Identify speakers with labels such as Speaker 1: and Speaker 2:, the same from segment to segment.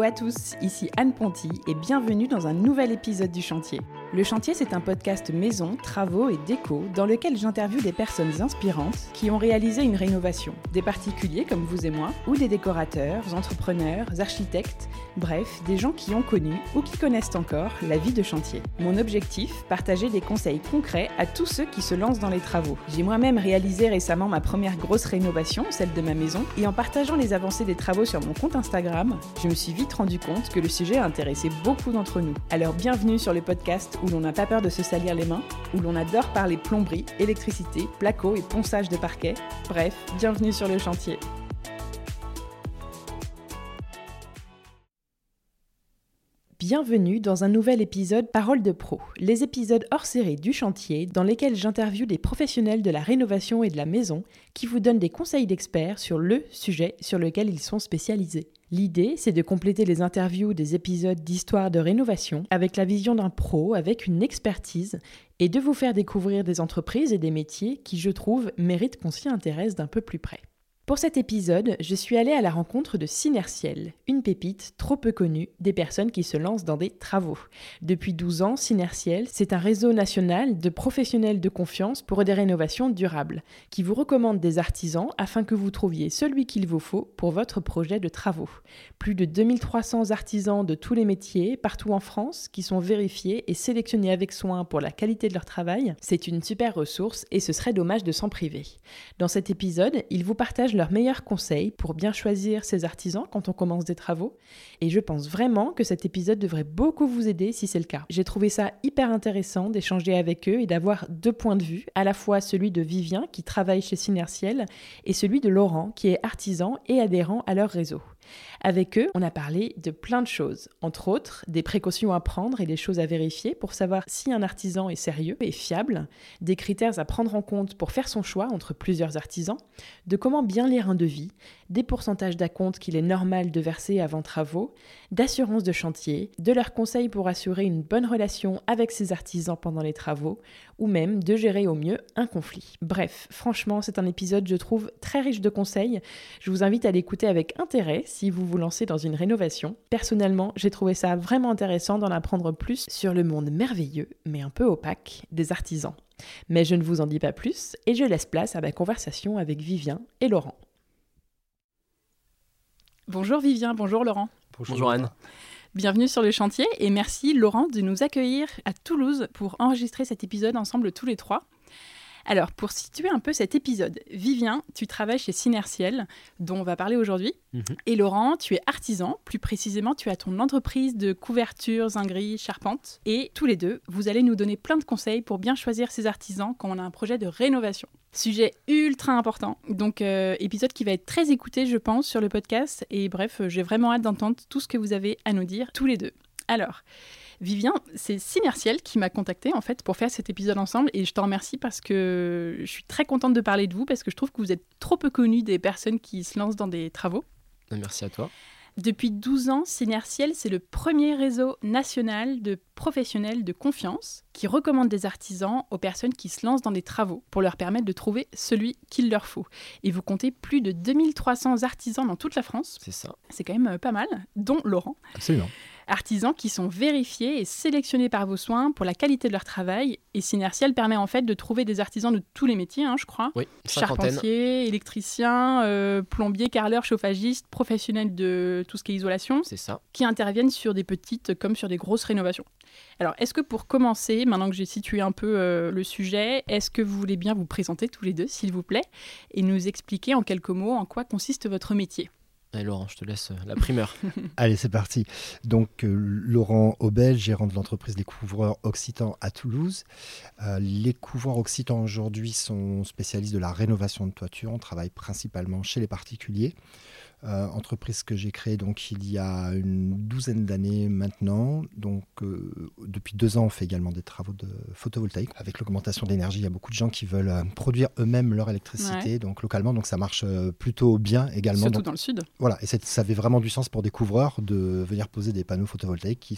Speaker 1: à tous, ici Anne Ponty et bienvenue dans un nouvel épisode du Chantier. Le Chantier, c'est un podcast maison, travaux et déco dans lequel j'interviewe des personnes inspirantes qui ont réalisé une rénovation. Des particuliers comme vous et moi, ou des décorateurs, entrepreneurs, architectes, bref, des gens qui ont connu ou qui connaissent encore la vie de chantier. Mon objectif, partager des conseils concrets à tous ceux qui se lancent dans les travaux. J'ai moi-même réalisé récemment ma première grosse rénovation, celle de ma maison, et en partageant les avancées des travaux sur mon compte Instagram, je me suis vite rendu compte que le sujet a intéressé beaucoup d'entre nous. Alors bienvenue sur le podcast où l'on n'a pas peur de se salir les mains, où l'on adore parler plomberie, électricité, placo et ponçage de parquet. Bref, bienvenue sur le chantier. Bienvenue dans un nouvel épisode Parole de Pro, les épisodes hors série du chantier dans lesquels j'interviewe des professionnels de la rénovation et de la maison qui vous donnent des conseils d'experts sur le sujet sur lequel ils sont spécialisés. L'idée, c'est de compléter les interviews des épisodes d'histoire de rénovation avec la vision d'un pro, avec une expertise, et de vous faire découvrir des entreprises et des métiers qui, je trouve, méritent qu'on s'y intéresse d'un peu plus près. Pour cet épisode, je suis allée à la rencontre de Synertiel, une pépite trop peu connue des personnes qui se lancent dans des travaux. Depuis 12 ans, Synertiel, c'est un réseau national de professionnels de confiance pour des rénovations durables, qui vous recommande des artisans afin que vous trouviez celui qu'il vous faut pour votre projet de travaux. Plus de 2300 artisans de tous les métiers, partout en France, qui sont vérifiés et sélectionnés avec soin pour la qualité de leur travail. C'est une super ressource et ce serait dommage de s'en priver. Dans cet épisode, ils vous partagent leurs meilleurs conseils pour bien choisir ses artisans quand on commence des travaux. Et je pense vraiment que cet épisode devrait beaucoup vous aider si c'est le cas. J'ai trouvé ça hyper intéressant d'échanger avec eux et d'avoir deux points de vue, à la fois celui de Vivien qui travaille chez Synertiel et celui de Laurent qui est artisan et adhérent à leur réseau. Avec eux, on a parlé de plein de choses, entre autres des précautions à prendre et des choses à vérifier pour savoir si un artisan est sérieux et fiable, des critères à prendre en compte pour faire son choix entre plusieurs artisans, de comment bien lire un devis, des pourcentages d'acompte qu'il est normal de verser avant travaux, d'assurance de chantier, de leurs conseils pour assurer une bonne relation avec ses artisans pendant les travaux, ou même de gérer au mieux un conflit. Bref, franchement, c'est un épisode, je trouve, très riche de conseils. Je vous invite à l'écouter avec intérêt si vous vous lancez dans une rénovation. Personnellement, j'ai trouvé ça vraiment intéressant d'en apprendre plus sur le monde merveilleux, mais un peu opaque, des artisans. Mais je ne vous en dis pas plus et je laisse place à ma conversation avec Vivien et Laurent. Bonjour Vivien, bonjour Laurent.
Speaker 2: Bonjour Anne.
Speaker 1: Bienvenue sur le chantier et merci Laurent de nous accueillir à Toulouse pour enregistrer cet épisode ensemble tous les trois. Alors, pour situer un peu cet épisode, Vivien, tu travailles chez Synertiel, dont on va parler aujourd'hui. Et Laurent, tu es artisan. Plus précisément, tu as ton entreprise de couvertures, zingueries, charpentes. Et tous les deux, vous allez nous donner plein de conseils pour bien choisir ces artisans quand on a un projet de rénovation. Sujet ultra important. Donc, épisode qui va être très écouté, je pense, sur le podcast. Et bref, j'ai vraiment hâte d'entendre tout ce que vous avez à nous dire tous les deux. Alors, Vivien, c'est Synertiel qui m'a contactée en fait pour faire cet épisode ensemble et je t'en remercie parce que je suis très contente de parler de vous parce que je trouve que vous êtes trop peu connus des personnes qui se lancent dans des travaux.
Speaker 2: Merci à toi.
Speaker 1: Depuis 12 ans, Synertiel, c'est le premier réseau national de professionnels de confiance qui recommande des artisans aux personnes qui se lancent dans des travaux pour leur permettre de trouver celui qu'il leur faut. Et vous comptez plus de 2300 artisans dans toute la France.
Speaker 2: C'est ça.
Speaker 1: C'est quand même pas mal, dont Laurent.
Speaker 2: Absolument.
Speaker 1: Artisans qui sont vérifiés et sélectionnés par vos soins pour la qualité de leur travail. Et Synertiel permet en fait de trouver des artisans de tous les métiers, je crois.
Speaker 2: Oui, cinquantaine.
Speaker 1: Charpentier, électricien, plombier, carreleur, chauffagiste, professionnels de tout ce qui est isolation.
Speaker 2: C'est ça.
Speaker 1: Qui interviennent sur des petites comme sur des grosses rénovations. Alors, est-ce que pour commencer, maintenant que j'ai situé un peu le sujet, est-ce que vous voulez bien vous présenter tous les deux, s'il vous plaît, et nous expliquer en quelques mots en quoi consiste votre métier ?
Speaker 2: Allez Laurent, je te laisse la primeur.
Speaker 3: Allez, c'est parti. Donc, Laurent Aubel, gérant de l'entreprise Les Couvreurs Occitans à Toulouse. Les Couvreurs Occitans aujourd'hui sont spécialistes de la rénovation de toiture. On travaille principalement chez les particuliers. Entreprise que j'ai créée donc, il y a une douzaine d'années maintenant. Donc, depuis 2 ans, on fait également des travaux de photovoltaïque. Avec l'augmentation d'énergie, il y a beaucoup de gens qui veulent produire eux-mêmes leur électricité donc, localement. Donc, ça marche plutôt bien également.
Speaker 1: Surtout dans le sud.
Speaker 3: Voilà, et ça avait vraiment du sens pour des couvreurs de venir poser des panneaux photovoltaïques qui sont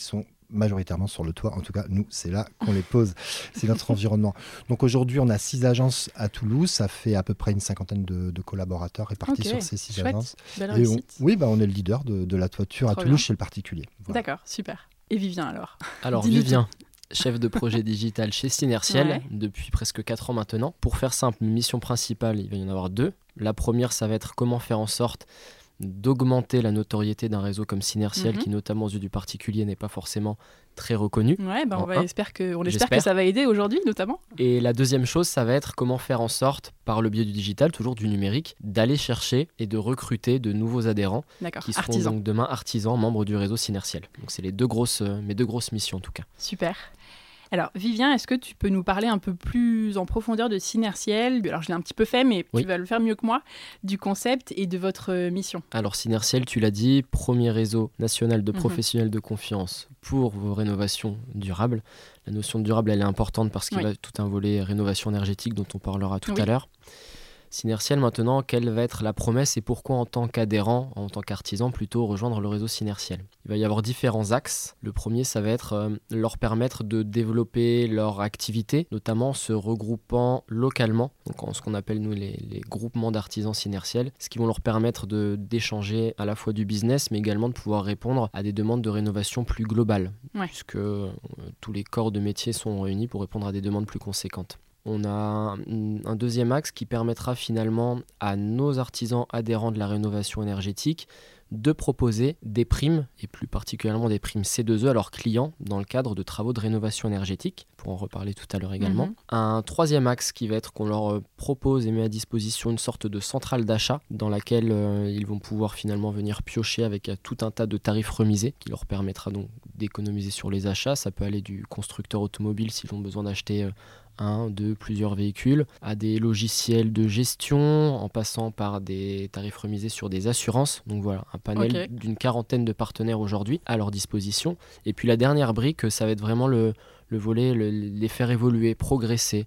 Speaker 3: majoritairement sur le toit. En tout cas, nous, c'est là qu'on les pose. C'est notre environnement. Donc aujourd'hui, on a 6 agences à Toulouse. Ça fait à peu près une 50aine de collaborateurs répartis sur ces 6 agences.
Speaker 1: Belle
Speaker 3: Et
Speaker 1: réussite.
Speaker 3: on est le leader de la toiture à
Speaker 1: Trop
Speaker 3: Toulouse
Speaker 1: bien.
Speaker 3: chez le particulier. Voilà.
Speaker 1: D'accord, super. Et Vivien alors?
Speaker 2: Alors
Speaker 1: Dis-nous
Speaker 2: Vivien, chef de projet digital chez Synertiel
Speaker 1: Ouais.
Speaker 2: depuis presque 4 ans maintenant. Pour faire simple, une mission principale, il va y en avoir 2. La première, ça va être comment faire en sorte d'augmenter la notoriété d'un réseau comme Synertiel qui, notamment aux yeux du particulier, n'est pas forcément très reconnu.
Speaker 1: Ouais,
Speaker 2: En
Speaker 1: on
Speaker 2: un.
Speaker 1: espère que
Speaker 2: J'espère.
Speaker 1: ça va aider aujourd'hui notamment.
Speaker 2: Et la deuxième chose, ça va être comment faire en sorte, par le biais du digital, toujours du numérique, d'aller chercher et de recruter de nouveaux adhérents
Speaker 1: D'accord,
Speaker 2: qui seront
Speaker 1: artisan.
Speaker 2: donc demain artisans, membres du réseau Synertiel. Donc c'est mes 2 grosses missions en tout cas.
Speaker 1: Super. Alors, Vivien, est-ce que tu peux nous parler un peu plus en profondeur de Synertiel? Alors, je l'ai un petit peu fait, mais
Speaker 2: Oui.
Speaker 1: tu vas le faire mieux que moi, du concept et de votre mission.
Speaker 2: Alors Synertiel, tu l'as dit, premier réseau national de professionnels de confiance pour vos rénovations durables. La notion de durable, elle est importante parce qu'il y a tout un volet rénovation énergétique dont on parlera tout à l'heure. Synertiel, maintenant, quelle va être la promesse et pourquoi en tant qu'adhérent, en tant qu'artisan plutôt, rejoindre le réseau Synertiel? Il va y avoir différents axes. Le premier, ça va être leur permettre de développer leur activité, notamment en se regroupant localement, donc en ce qu'on appelle nous les groupements d'artisans Synertiel, ce qui vont leur permettre d'échanger à la fois du business, mais également de pouvoir répondre à des demandes de rénovation plus globales, puisque tous les corps de métier sont réunis pour répondre à des demandes plus conséquentes. On a un deuxième axe qui permettra finalement à nos artisans adhérents de la rénovation énergétique de proposer des primes, et plus particulièrement des primes C2E à leurs clients dans le cadre de travaux de rénovation énergétique, pour en reparler tout à l'heure également. Un troisième axe qui va être qu'on leur propose et met à disposition une sorte de centrale d'achat dans laquelle ils vont pouvoir finalement venir piocher avec tout un tas de tarifs remisés qui leur permettra donc d'économiser sur les achats. Ça peut aller du constructeur automobile s'ils ont besoin d'acheter plusieurs véhicules, à des logiciels de gestion, en passant par des tarifs remisés sur des assurances. Donc voilà, un panel d'une 40aine de partenaires aujourd'hui à leur disposition. Et puis la dernière brique, ça va être vraiment le volet, les faire évoluer, progresser.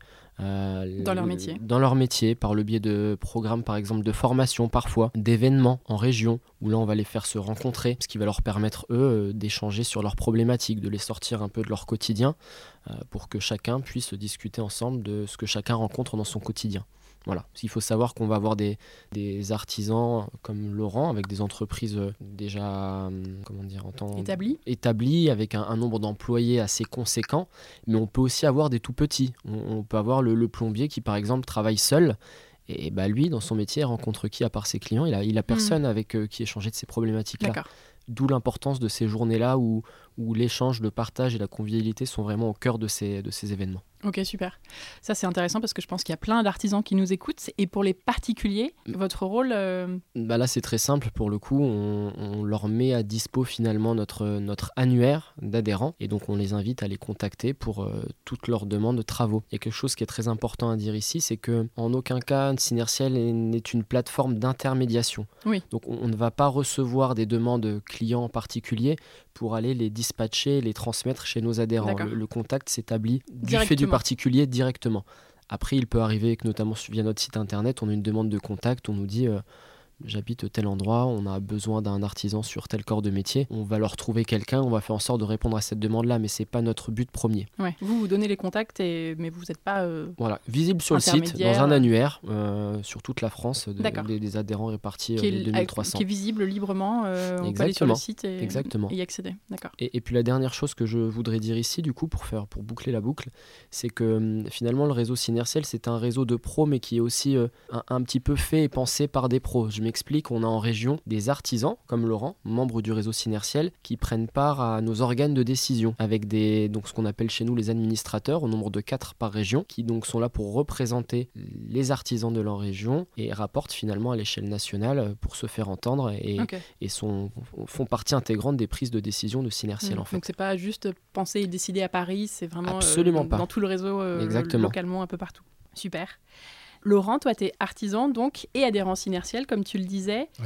Speaker 1: Dans leur métier.
Speaker 2: Par le biais de programmes par exemple de formation parfois, d'événements en région où là on va les faire se rencontrer, ce qui va leur permettre eux d'échanger sur leurs problématiques, de les sortir un peu de leur quotidien pour que chacun puisse discuter ensemble de ce que chacun rencontre dans son quotidien. Voilà, il faut savoir qu'on va avoir des artisans comme Laurent avec des entreprises déjà établies avec un nombre d'employés assez conséquent, mais on peut aussi avoir des tout petits. On peut avoir le plombier qui par exemple travaille seul. Et bah lui, dans son métier, il rencontre qui à part ses clients? Il a personne avec qui échanger de ces problématiques-là.
Speaker 1: D'accord.
Speaker 2: D'où l'importance de ces journées-là où l'échange, le partage et la convivialité sont vraiment au cœur de ces événements.
Speaker 1: Ok, super. Ça, c'est intéressant parce que je pense qu'il y a plein d'artisans qui nous écoutent. Et pour les particuliers, votre rôle
Speaker 2: Là, c'est très simple. Pour le coup, on leur met à dispo finalement notre annuaire d'adhérents. Et donc, on les invite à les contacter pour toutes leurs demandes de travaux. Il y a quelque chose qui est très important à dire ici, c'est qu'en aucun cas, Synertiel n'est une plateforme d'intermédiation.
Speaker 1: Oui.
Speaker 2: Donc, on ne va pas recevoir des demandes clients particuliers pour aller les dispatcher, les transmettre chez nos adhérents. Le contact s'établit du fait du particulier directement. Après, il peut arriver que notamment via notre site internet, on a une demande de contact, on nous dit j'habite tel endroit, on a besoin d'un artisan sur tel corps de métier, on va leur trouver quelqu'un, on va faire en sorte de répondre à cette demande-là, mais c'est pas notre but premier.
Speaker 1: Ouais. Vous donnez les contacts, mais vous n'êtes pas
Speaker 2: visible sur le site, dans un annuaire, sur toute la France, des adhérents répartis, les 2300.
Speaker 1: Qui est visible librement, on peut aller sur le site et y accéder. D'accord.
Speaker 2: Et puis la dernière chose que je voudrais dire ici, du coup, pour boucler la boucle, c'est que finalement le réseau Synertiel, c'est un réseau de pros, mais qui est aussi un petit peu fait et pensé par des pros. Je m'explique, on a en région des artisans, comme Laurent, membre du réseau Synertiel, qui prennent part à nos organes de décision, avec donc ce qu'on appelle chez nous les administrateurs, au nombre de 4 par région, qui donc sont là pour représenter les artisans de leur région et rapportent finalement à l'échelle nationale pour se faire entendre et font partie intégrante des prises de décision de Synertiel en fait.
Speaker 1: Donc c'est pas juste penser et décider à Paris, c'est vraiment
Speaker 2: absolument pas.
Speaker 1: Dans tout le réseau, localement, un peu partout. Super. Laurent, toi, tu es artisan donc et adhérent Synertiel, comme tu le disais.
Speaker 3: Oui.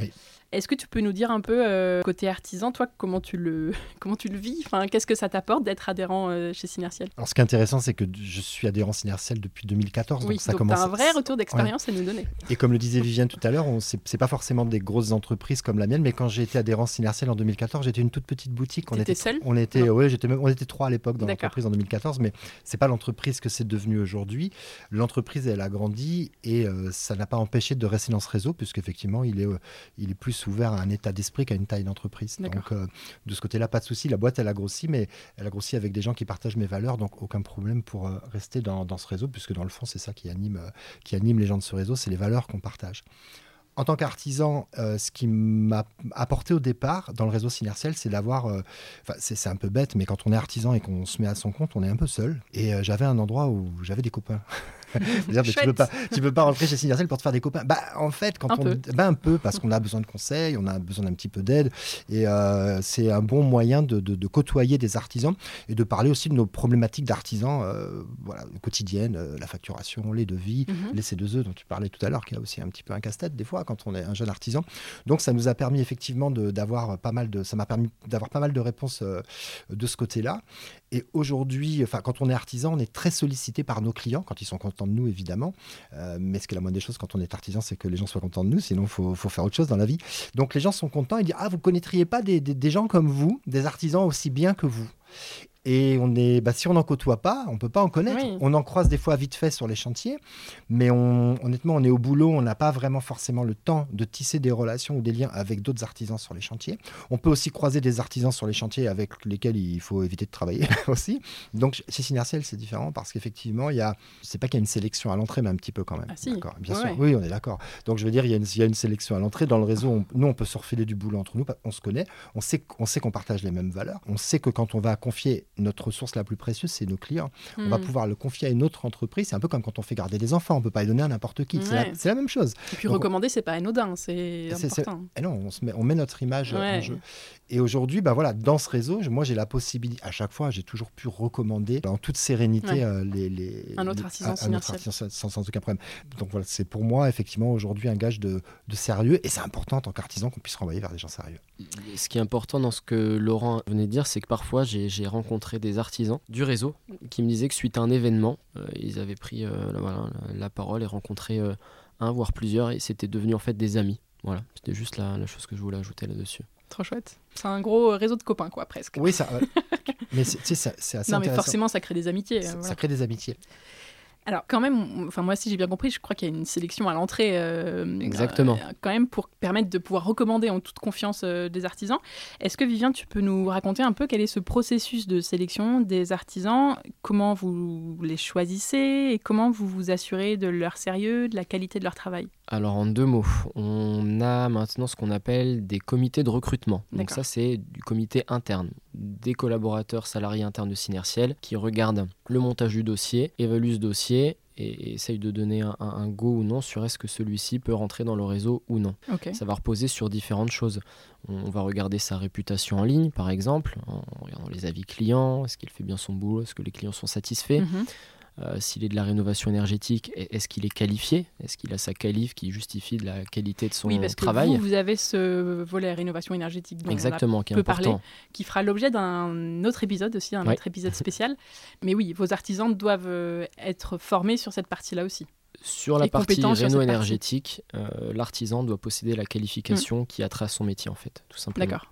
Speaker 1: Est-ce que tu peux nous dire un peu, côté artisan, toi, comment tu le vis, enfin, qu'est-ce que ça t'apporte d'être adhérent chez Synertiel?
Speaker 3: Alors, ce qui est intéressant, c'est que je suis adhérent Synertiel depuis 2014.
Speaker 1: Oui,
Speaker 3: donc ça
Speaker 1: donc
Speaker 3: commence...
Speaker 1: tu as un vrai retour d'expérience à nous donner.
Speaker 3: Et comme le disait Viviane tout à l'heure, c'est pas forcément des grosses entreprises comme la mienne, mais quand j'ai été adhérent Synertiel en 2014, j'étais une toute petite boutique.
Speaker 1: T'étais seul?
Speaker 3: On était 3 à l'époque dans l'entreprise en 2014, mais c'est pas l'entreprise que c'est devenu aujourd'hui. L'entreprise, elle a grandi et ça n'a pas empêché de rester dans ce réseau, puisqu'effectivement, il est plus ouvert à un état d'esprit qu'à une taille d'entreprise. Donc, de ce côté-là, pas de souci. La boîte, elle a grossi, mais elle a grossi avec des gens qui partagent mes valeurs, donc aucun problème pour rester dans ce réseau, puisque dans le fond, c'est ça qui anime les gens de ce réseau, c'est les valeurs qu'on partage. En tant qu'artisan, ce qui m'a apporté au départ dans le réseau Synertiel, c'est d'avoir... c'est un peu bête, mais quand on est artisan et qu'on se met à son compte, on est un peu seul. Et j'avais un endroit où j'avais des copains. Tu peux pas rentrer chez Synertiel pour te faire des copains. En fait, un peu, parce qu'on a besoin de conseils, on a besoin d'un petit peu d'aide. Et c'est un bon moyen de côtoyer des artisans et de parler aussi de nos problématiques d'artisans quotidiennes, la facturation, les devis, les C2E dont tu parlais tout à l'heure, qui est aussi un petit peu un casse-tête des fois quand on est un jeune artisan. Donc ça nous a permis effectivement d'avoir pas mal de réponses de ce côté-là. Et aujourd'hui, quand on est artisan, on est très sollicité par nos clients quand ils sont contents de nous, évidemment. Mais ce qui est la moindre des choses quand on est artisan, c'est que les gens soient contents de nous, sinon il faut faire autre chose dans la vie. Donc les gens sont contents et disent « Ah, vous ne connaîtriez pas des gens comme vous, des artisans aussi bien que vous ?» Et si on n'en côtoie pas, on ne peut pas en connaître. Oui. On en croise des fois vite fait sur les chantiers, mais honnêtement, on est au boulot, on n'a pas vraiment forcément le temps de tisser des relations ou des liens avec d'autres artisans sur les chantiers. On peut aussi croiser des artisans sur les chantiers avec lesquels il faut éviter de travailler aussi. Donc chez Synertiel, c'est différent parce qu'effectivement, c'est pas qu'il y a une sélection à l'entrée, mais un petit peu quand même.
Speaker 1: Ah si.
Speaker 3: D'accord, bien sûr. Oui, on est d'accord. Donc je veux dire, il y a une sélection à l'entrée. Dans le réseau, nous, on peut se refiler du boulot entre nous. On se connaît, on sait qu'on partage les mêmes valeurs. On sait que quand on va confier notre ressource la plus précieuse, c'est nos clients. On va pouvoir le confier à une autre entreprise. C'est un peu comme quand on fait garder des enfants. On ne peut pas les donner à n'importe qui. C'est la même chose.
Speaker 1: Et puis recommander, c'est pas anodin. C'est important.
Speaker 3: Et non, on met notre image en jeu. Et aujourd'hui, dans ce réseau, moi, j'ai la possibilité, à chaque fois, j'ai toujours pu recommander en toute sérénité
Speaker 1: un autre artisan
Speaker 3: sans aucun problème. Donc voilà, c'est pour moi, effectivement, aujourd'hui, un gage de sérieux. Et c'est important, en tant qu'artisan, qu'on puisse renvoyer vers des gens sérieux.
Speaker 2: Ce qui est important dans ce que Laurent venait de dire, c'est que parfois, j'ai rencontré des artisans du réseau qui me disaient que suite à un événement, ils avaient pris la parole et rencontré un, voire plusieurs, et c'était devenu en fait des amis. Voilà, c'était juste la chose que je voulais ajouter là-dessus.
Speaker 1: Trop chouette. C'est un gros réseau de copains, quoi, presque.
Speaker 3: Oui, ça. Mais c'est assez intéressant.
Speaker 1: Non, mais forcément, ça crée des amitiés.
Speaker 3: Ça crée des amitiés.
Speaker 1: Alors, quand même, moi, si j'ai bien compris, je crois qu'il y a une sélection à l'entrée.
Speaker 2: Exactement.
Speaker 1: Quand même, pour permettre de pouvoir recommander en toute confiance des artisans. Est-ce que, Vivien, tu peux nous raconter un peu quel est ce processus de sélection des artisans? Comment vous les choisissez et comment vous vous assurez de leur sérieux, de la qualité de leur travail?
Speaker 2: Alors, en 2 mots, on a maintenant ce qu'on appelle des comités de recrutement. Donc ça, c'est du comité interne, des collaborateurs salariés internes de Synertiel qui regardent le montage du dossier, évaluent ce dossier et essayent de donner un go ou non sur est-ce que celui-ci peut rentrer dans le réseau ou non.
Speaker 1: Okay. Ça
Speaker 2: va reposer sur différentes choses. On va regarder sa réputation en ligne, par exemple, en regardant les avis clients, est-ce qu'il fait bien son boulot, est-ce que les clients sont satisfaits. S'il est de la rénovation énergétique, est-ce qu'il est qualifié? Est-ce qu'il a sa qualif qui justifie de la qualité de son travail?
Speaker 1: Oui, parce que vous avez ce volet rénovation énergétique dont
Speaker 2: Exactement,
Speaker 1: on
Speaker 2: qui est important.
Speaker 1: Parler, qui fera l'objet d'un autre épisode aussi, un autre épisode spécial. Mais oui, vos artisans doivent être formés sur cette partie-là aussi.
Speaker 2: Sur la partie réno énergétique, l'artisan doit posséder la qualification qui a trait à son métier, en fait, tout simplement.
Speaker 1: D'accord.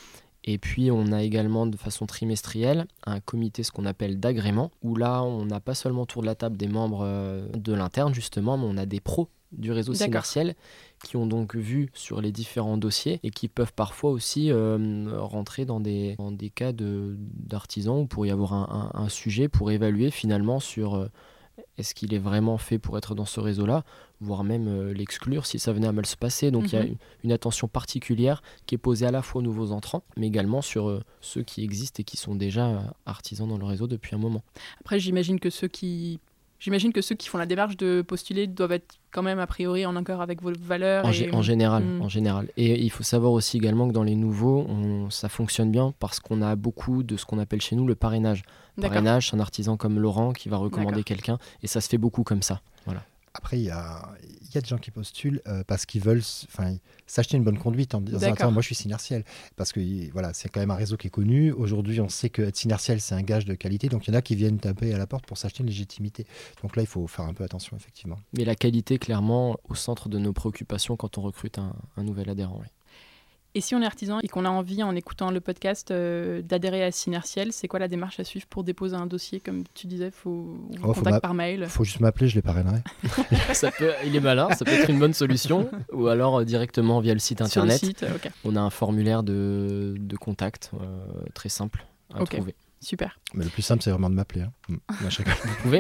Speaker 2: Et puis, on a également de façon trimestrielle un comité, ce qu'on appelle d'agrément, où là, on n'a pas seulement autour de la table des membres de l'interne, justement, mais on a des pros du réseau Synertiel qui ont donc vu sur les différents dossiers et qui peuvent parfois aussi rentrer dans des cas d'artisans où pourrait y avoir un sujet pour évaluer finalement sur... est-ce qu'il est vraiment fait pour être dans ce réseau-là, voire même l'exclure si ça venait à mal se passer. Donc il y a une attention particulière qui est posée à la fois aux nouveaux entrants, mais également sur ceux qui existent et qui sont déjà artisans dans le réseau depuis un moment.
Speaker 1: Après, j'imagine que ceux qui font la démarche de postuler doivent être quand même a priori en accord avec vos valeurs.
Speaker 2: En général. Et il faut savoir aussi également que dans les nouveaux, ça fonctionne bien parce qu'on a beaucoup de ce qu'on appelle chez nous le parrainage. Parrainage, c'est un artisan comme Laurent qui va recommander quelqu'un et ça se fait beaucoup comme ça. Voilà.
Speaker 3: Après, il y a des gens qui postulent parce qu'ils veulent s'acheter une bonne conduite en disant attends, moi je suis Synertiel. Parce que voilà, c'est quand même un réseau qui est connu. Aujourd'hui, on sait qu'être Synertiel, c'est un gage de qualité. Donc il y en a qui viennent taper à la porte pour s'acheter une légitimité. Donc là, il faut faire un peu attention, effectivement.
Speaker 2: Mais la qualité, clairement, au centre de nos préoccupations quand on recrute un nouvel adhérent. Oui.
Speaker 1: Et si on est artisan et qu'on a envie, en écoutant le podcast, d'adhérer à Synertiel, c'est quoi la démarche à suivre pour déposer un dossier? Comme tu disais, on vous contacte par mail.
Speaker 3: Il faut juste m'appeler, je les parrainerai.
Speaker 2: Il est malin, ça peut être une bonne solution. Ou alors directement via le site internet.
Speaker 1: Sur le site, okay.
Speaker 2: On a un formulaire de contact très simple à trouver.
Speaker 1: Super.
Speaker 3: Mais le plus simple, c'est vraiment de m'appeler. Hein.
Speaker 2: Vous pouvez.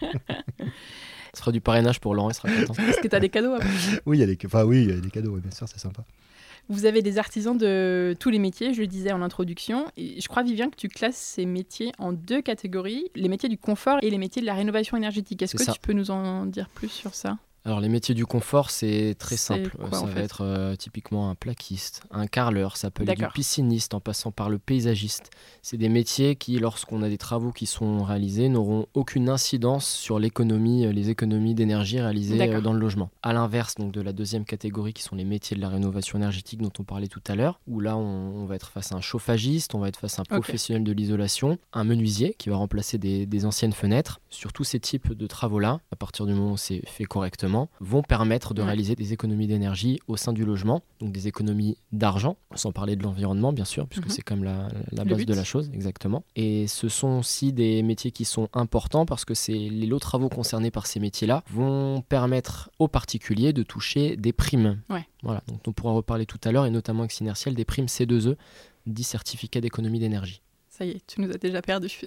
Speaker 2: Ce sera du parrainage pour Laurent, il sera content.
Speaker 1: Est-ce que tu as des cadeaux après?
Speaker 3: Oui, il y a des cadeaux, oui, bien sûr, c'est sympa.
Speaker 1: Vous avez des artisans de tous les métiers, je le disais en introduction. Et je crois, Vivien, que tu classes ces métiers en 2 catégories, les métiers du confort et les métiers de la rénovation énergétique. Est-ce que tu peux nous en dire plus sur ça? Alors, les métiers du confort, c'est très simple. Ça va être typiquement un plaquiste, un carreleur, ça peut être du pisciniste en passant par le paysagiste. C'est des métiers qui, lorsqu'on a des travaux qui sont réalisés, n'auront aucune incidence sur les économies d'énergie réalisées dans le logement. À l'inverse donc, de la deuxième catégorie, qui sont les métiers de la rénovation énergétique dont on parlait tout à l'heure, où là, on va être face à un chauffagiste, on va être face à un professionnel de l'isolation, un menuisier qui va remplacer des anciennes fenêtres. Sur tous ces types de travaux-là, à partir du moment où c'est fait correctement, vont permettre de réaliser des économies d'énergie au sein du logement, donc des économies d'argent, sans parler de l'environnement bien sûr, puisque c'est quand même la base de la chose, exactement. Et ce sont aussi des métiers qui sont importants parce que les lots de travaux concernés par ces métiers-là vont permettre aux particuliers de toucher des primes. Voilà, donc on pourra reparler tout à l'heure, et notamment avec Synertiel, des primes C2E, 10 certificats d'économie d'énergie. Ça y est, tu nous as déjà perdu.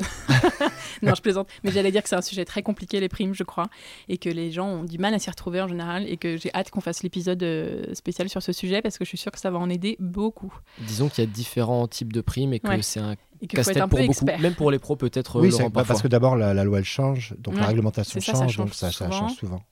Speaker 1: Non, je plaisante. Mais j'allais dire que c'est un sujet très compliqué, les primes, je crois, et que les gens ont du mal à s'y retrouver en général, et que j'ai hâte qu'on fasse l'épisode spécial sur ce sujet, parce que je suis sûre que ça va en aider beaucoup.
Speaker 2: Disons qu'il y a différents types de primes, et que c'est un casse-tête pour beaucoup, même pour les pros peut-être.
Speaker 3: Oui, parce que d'abord la loi elle change, donc la réglementation change, donc ça change souvent.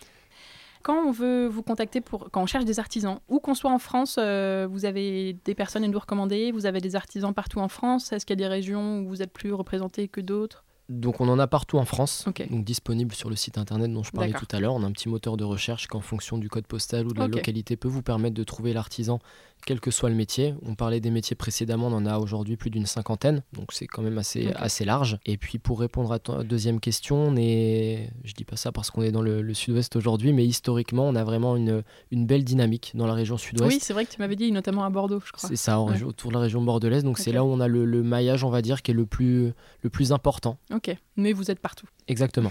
Speaker 1: Quand on veut vous contacter quand on cherche des artisans, où qu'on soit en France, vous avez des personnes à nous recommander? Vous avez des artisans partout en France? Est-ce qu'il y a des régions où vous êtes plus représentés que d'autres?
Speaker 2: Donc on en a partout en France, donc disponible sur le site internet dont je parlais tout à l'heure. On a un petit moteur de recherche qui, en fonction du code postal ou de la localité, peut vous permettre de trouver l'artisan, quel que soit le métier. On parlait des métiers précédemment, on en a aujourd'hui plus d'une 50aine, donc c'est quand même assez large. Et puis pour répondre à ta deuxième question, je dis pas ça parce qu'on est dans le sud-ouest aujourd'hui, mais historiquement on a vraiment une belle dynamique dans la région sud-ouest.
Speaker 1: Oui, c'est vrai que tu m'avais dit, notamment à Bordeaux, je crois.
Speaker 2: C'est ça, autour de la région bordelaise, donc c'est là où on a le maillage, on va dire, qui est le plus important.
Speaker 1: Ok, mais vous êtes partout.
Speaker 2: Exactement.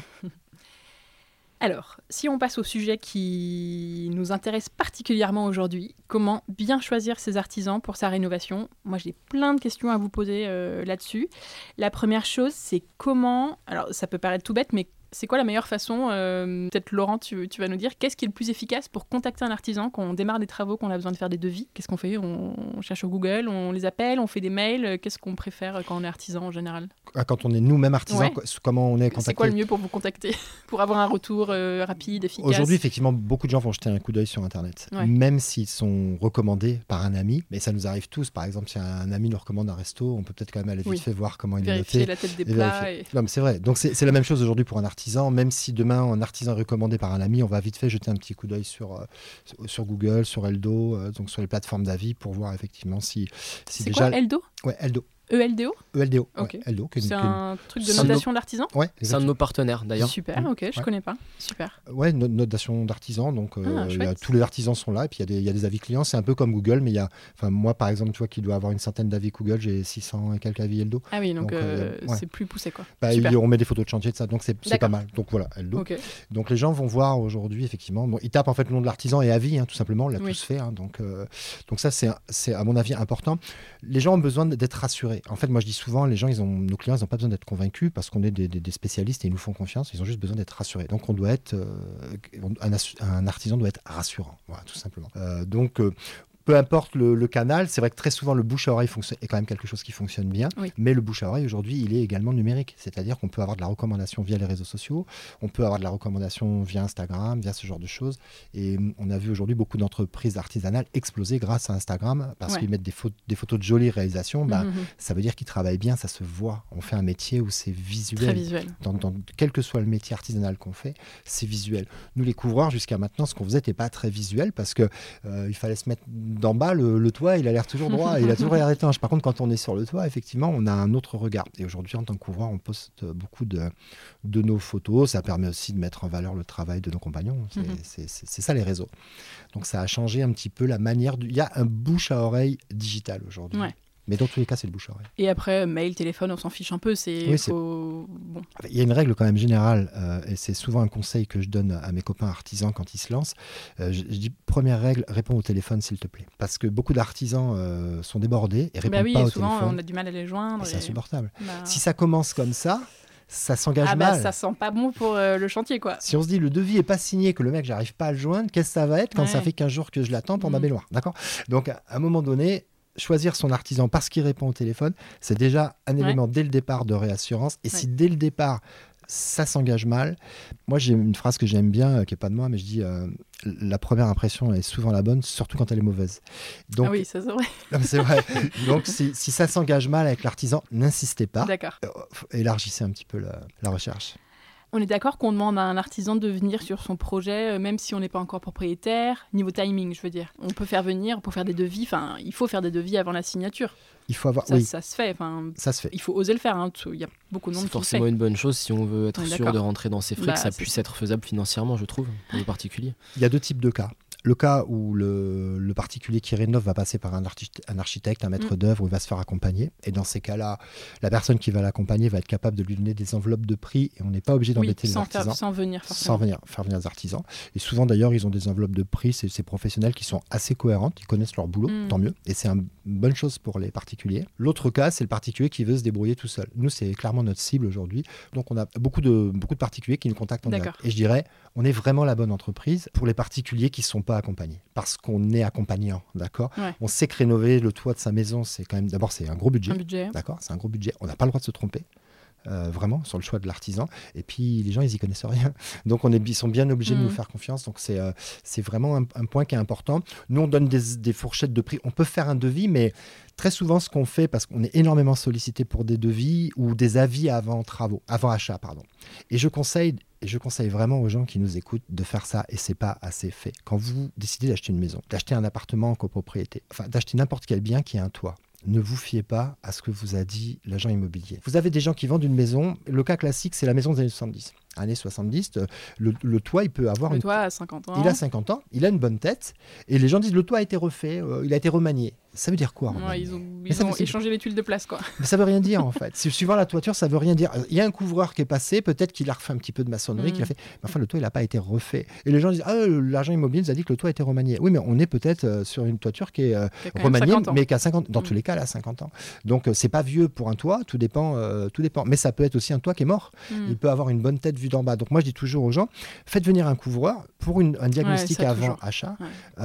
Speaker 1: Alors, si on passe au sujet qui nous intéresse particulièrement aujourd'hui, comment bien choisir ses artisans pour sa rénovation? Moi, j'ai plein de questions à vous poser là-dessus. La première chose, c'est comment... Alors, ça peut paraître tout bête, mais c'est quoi la meilleure façon? Peut-être Laurent, tu vas nous dire, qu'est-ce qui est le plus efficace pour contacter un artisan quand on démarre des travaux, qu'on a besoin de faire des devis? Qu'est-ce qu'on fait? On cherche sur Google, on les appelle, on fait des mails. Qu'est-ce qu'on préfère quand on est artisan en général?
Speaker 3: Quand on est nous-mêmes artisans, comment on est contacté?
Speaker 1: C'est quoi le mieux pour vous contacter? Pour avoir un retour rapide, efficace?
Speaker 3: Aujourd'hui, effectivement, beaucoup de gens vont jeter un coup d'œil sur Internet, même s'ils sont recommandés par un ami. Mais ça nous arrive tous. Par exemple, si un ami nous recommande un resto, on peut peut-être quand même aller vite fait voir comment il est fait.
Speaker 1: Vérifier la tête des plats.
Speaker 3: Non, mais c'est vrai. Donc c'est la même chose aujourd'hui pour un artisan. Même si demain un artisan est recommandé par un ami, on va vite fait jeter un petit coup d'œil sur Google, sur Eldo, donc sur les plateformes d'avis, pour voir effectivement si
Speaker 1: c'est déjà... quoi, Eldo?
Speaker 3: Ouais, Eldo.
Speaker 1: ELDO?
Speaker 3: ELDO,
Speaker 1: okay.
Speaker 3: Eldo.
Speaker 1: C'est un truc de notation d'artisans?
Speaker 3: Ouais,
Speaker 2: c'est un de nos partenaires d'ailleurs.
Speaker 1: Super, ok, je connais pas. Super.
Speaker 3: Ouais, notation d'artisans, donc tous les artisans sont là, et puis il y a des avis clients, c'est un peu comme Google, mais moi par exemple, tu vois, qui dois avoir une centaine d'avis Google, j'ai 600 et quelques avis Eldo.
Speaker 1: Ah oui, donc c'est plus poussé quoi.
Speaker 3: On met des photos de chantier de ça, donc c'est pas mal. Donc voilà, Eldo. Okay. Donc les gens vont voir aujourd'hui, effectivement, ils tapent en fait le nom de l'artisan et avis, tout simplement, on l'a tous fait, donc ça c'est à mon avis important. Les gens ont besoin d'être rassurés. En fait, moi je dis souvent, nos clients, ils n'ont pas besoin d'être convaincus parce qu'on est des spécialistes et ils nous font confiance. Ils ont juste besoin d'être rassurés. Donc, un artisan doit être rassurant, voilà, tout simplement. peu importe le canal, c'est vrai que très souvent le bouche à oreille est quand même quelque chose qui fonctionne bien, mais le bouche à oreille aujourd'hui, il est également numérique, c'est-à-dire qu'on peut avoir de la recommandation via les réseaux sociaux, on peut avoir de la recommandation via Instagram, via ce genre de choses, et on a vu aujourd'hui beaucoup d'entreprises artisanales exploser grâce à Instagram, parce qu'ils mettent des photos de jolies réalisations, ça veut dire qu'ils travaillent bien, ça se voit, on fait un métier où c'est visuel.
Speaker 1: Très visuel.
Speaker 3: Dans quel que soit le métier artisanal qu'on fait, c'est visuel. Nous les couvreurs, jusqu'à maintenant, ce qu'on faisait n'était pas très visuel, parce que il fallait se mettre d'en bas, le toit, il a l'air toujours droit, il a toujours l'air étanche. Par contre, quand on est sur le toit, effectivement, on a un autre regard. Et aujourd'hui, en tant que couvreur, on poste beaucoup de nos photos. Ça permet aussi de mettre en valeur le travail de nos compagnons. C'est ça les réseaux. Donc ça a changé un petit peu la manière. Il y a un bouche à oreille digital aujourd'hui. Ouais. Mais dans tous les cas, c'est le bouche à oreille.
Speaker 1: Et après, mail, téléphone, on s'en fiche un peu. Bon.
Speaker 3: Il y a une règle quand même générale, et c'est souvent un conseil que je donne à mes copains artisans quand ils se lancent. Je dis, première règle, réponds au téléphone s'il te plaît. Parce que beaucoup d'artisans sont débordés et répondent pas au téléphone.
Speaker 1: Souvent, on a du mal à les joindre.
Speaker 3: C'est insupportable. Si ça commence comme ça s'engage mal.
Speaker 1: Ça sent pas bon pour le chantier, quoi.
Speaker 3: Si on se dit le devis est pas signé, que le mec j'arrive pas à le joindre, qu'est-ce que ça va être quand ça fait 15 jours que je l'attends pour ma baignoire, d'accord ? Donc à un moment donné, choisir son artisan parce qu'il répond au téléphone, c'est déjà un élément dès le départ de réassurance. Et si dès le départ ça s'engage mal, moi j'ai une phrase que j'aime bien, qui n'est pas de moi, mais je dis la première impression est souvent la bonne, surtout quand elle est mauvaise. Donc,
Speaker 1: oui, ça c'est vrai.
Speaker 3: C'est vrai. Donc si ça s'engage mal avec l'artisan, n'insistez pas.
Speaker 1: D'accord.
Speaker 3: Élargissez un petit peu la recherche.
Speaker 1: On est d'accord qu'on demande à un artisan de venir sur son projet, même si on n'est pas encore propriétaire, niveau timing, je veux dire. On peut faire venir, on peut faire des devis, il faut faire des devis avant la signature.
Speaker 3: Il faut avoir...
Speaker 1: Ça se fait.
Speaker 3: Ça se fait.
Speaker 1: Il faut oser le faire. Il y a beaucoup de monde qui le fait.
Speaker 2: C'est forcément une bonne chose si on veut être sûr de rentrer dans ces frais, que ça puisse être faisable financièrement, je trouve, pour le particulier.
Speaker 3: Il y a deux types de cas. Le cas où le particulier qui rénove va passer par un architecte, un maître d'œuvre, où il va se faire accompagner. Et dans ces cas-là, la personne qui va l'accompagner va être capable de lui donner des enveloppes de prix et on n'est pas obligé d'embêter les artisans.
Speaker 1: Sans venir forcément.
Speaker 3: Sans faire venir des artisans. Et souvent d'ailleurs, ils ont des enveloppes de prix, c'est ces professionnels qui sont assez cohérentes, ils connaissent leur boulot, tant mieux. Et c'est une bonne chose pour les particuliers. L'autre cas, c'est le particulier qui veut se débrouiller tout seul. Nous, c'est clairement notre cible aujourd'hui. Donc on a beaucoup de particuliers qui nous contactent en direct. Et je dirais, on est vraiment la bonne entreprise pour les particuliers qui ne sont pas accompagnés, parce qu'on est accompagnant, d'accord ? On sait que rénover le toit de sa maison, c'est quand même, d'abord, c'est un gros budget. D'accord ? C'est un gros budget. On n'a pas le droit de se tromper. Vraiment sur le choix de l'artisan, et puis les gens ils y connaissent rien, donc ils sont bien obligés de nous faire confiance, donc c'est vraiment un point qui est important. Nous on donne des fourchettes de prix, on peut faire un devis, mais très souvent ce qu'on fait, parce qu'on est énormément sollicité pour des devis ou des avis avant achat, et je conseille vraiment aux gens qui nous écoutent de faire ça, et c'est pas assez fait. Quand vous décidez d'acheter une maison, d'acheter un appartement en copropriété, d'acheter n'importe quel bien qui a un toit, ne vous fiez pas à ce que vous a dit l'agent immobilier. Vous avez des gens qui vendent une maison. Le cas classique, c'est la maison des années 70. Années 70, le toit, il peut avoir...
Speaker 1: Le toit a 50 ans.
Speaker 3: Il a 50 ans, il a une bonne tête. Et les gens disent, le toit a été refait, il a été remanié. Ça veut dire quoi ?
Speaker 1: Ils ont échangé les tuiles de place, quoi.
Speaker 3: Mais ça veut rien dire, en fait. Suivant la toiture, ça veut rien dire. Il y a un couvreur qui est passé, peut-être qu'il a refait un petit peu de maçonnerie, qu'il a fait... Mais enfin, le toit, il n'a pas été refait. Et les gens disent, l'agent immobilier nous a dit que le toit a été remanié. Oui, mais on est peut-être sur une toiture qui est remaniée, mais qui a 50 ans. Dans tous les cas, elle a 50 ans. Donc, c'est pas vieux pour un toit, tout dépend. Mais ça peut être aussi un toit qui est mort. Il peut avoir une bonne tête vue d'en bas. Donc, moi, je dis toujours aux gens, faites venir un couvreur pour un diagnostic avant achat,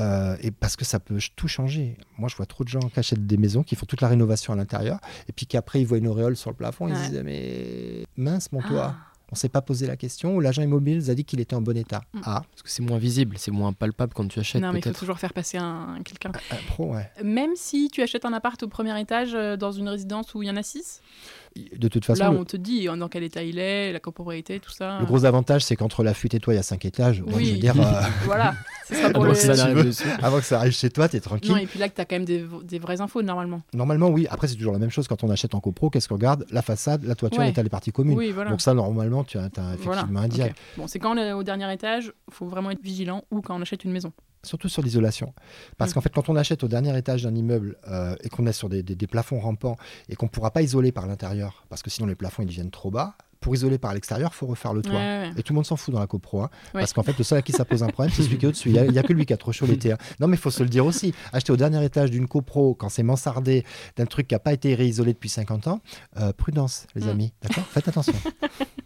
Speaker 3: et parce que ça peut tout changer. Moi, je vois trop de gens qui achètent des maisons, qui font toute la rénovation à l'intérieur, et puis qu'après, ils voient une auréole sur le plafond, ils se disent, mais mince, mon toit. On ne s'est pas posé la question, ou l'agent immobilier nous a dit qu'il était en bon état.
Speaker 2: Parce que c'est moins visible, c'est moins palpable quand tu achètes.
Speaker 1: Non, mais il faut toujours faire passer quelqu'un.
Speaker 3: Un pro, ouais.
Speaker 1: Même si tu achètes un appart au premier étage dans une résidence où il y en a 6 ?
Speaker 3: De toute façon,
Speaker 1: là, on te dit dans quel état il est, la copropriété, tout ça.
Speaker 3: Le gros avantage, c'est qu'entre la fuite et toi, il y a 5 étages.
Speaker 1: Oui,
Speaker 3: donc, je veux dire,
Speaker 1: voilà. C'est ça pour
Speaker 3: avant que ça arrive chez toi, tu es tranquille.
Speaker 1: Non, et puis là, tu as quand même des vraies infos, normalement.
Speaker 3: Normalement, oui. Après, c'est toujours la même chose quand on achète en copro. Qu'est-ce qu'on regarde ? La façade, la toiture, l'état des parties communes.
Speaker 1: Oui, voilà.
Speaker 3: Donc ça, normalement, tu as effectivement un diable.
Speaker 1: Okay. Bon, c'est quand on est au dernier étage, il faut vraiment être vigilant, ou quand on achète une maison.
Speaker 3: Surtout sur l'isolation. Parce qu'en fait, quand on achète au dernier étage d'un immeuble et qu'on est sur des plafonds rampants et qu'on ne pourra pas isoler par l'intérieur, parce que sinon les plafonds ils deviennent trop bas, pour isoler par l'extérieur, il faut refaire le toit. Et tout le monde s'en fout dans la copro. Parce qu'en fait, le seul à qui ça pose un problème, c'est celui qui est au-dessus. Il n'y a que lui qui a trop chaud l'été. Non, mais il faut se le dire aussi. Acheter au dernier étage d'une copro, quand c'est mansardé, d'un truc qui n'a pas été réisolé depuis 50 ans, prudence, les amis. D'accord ?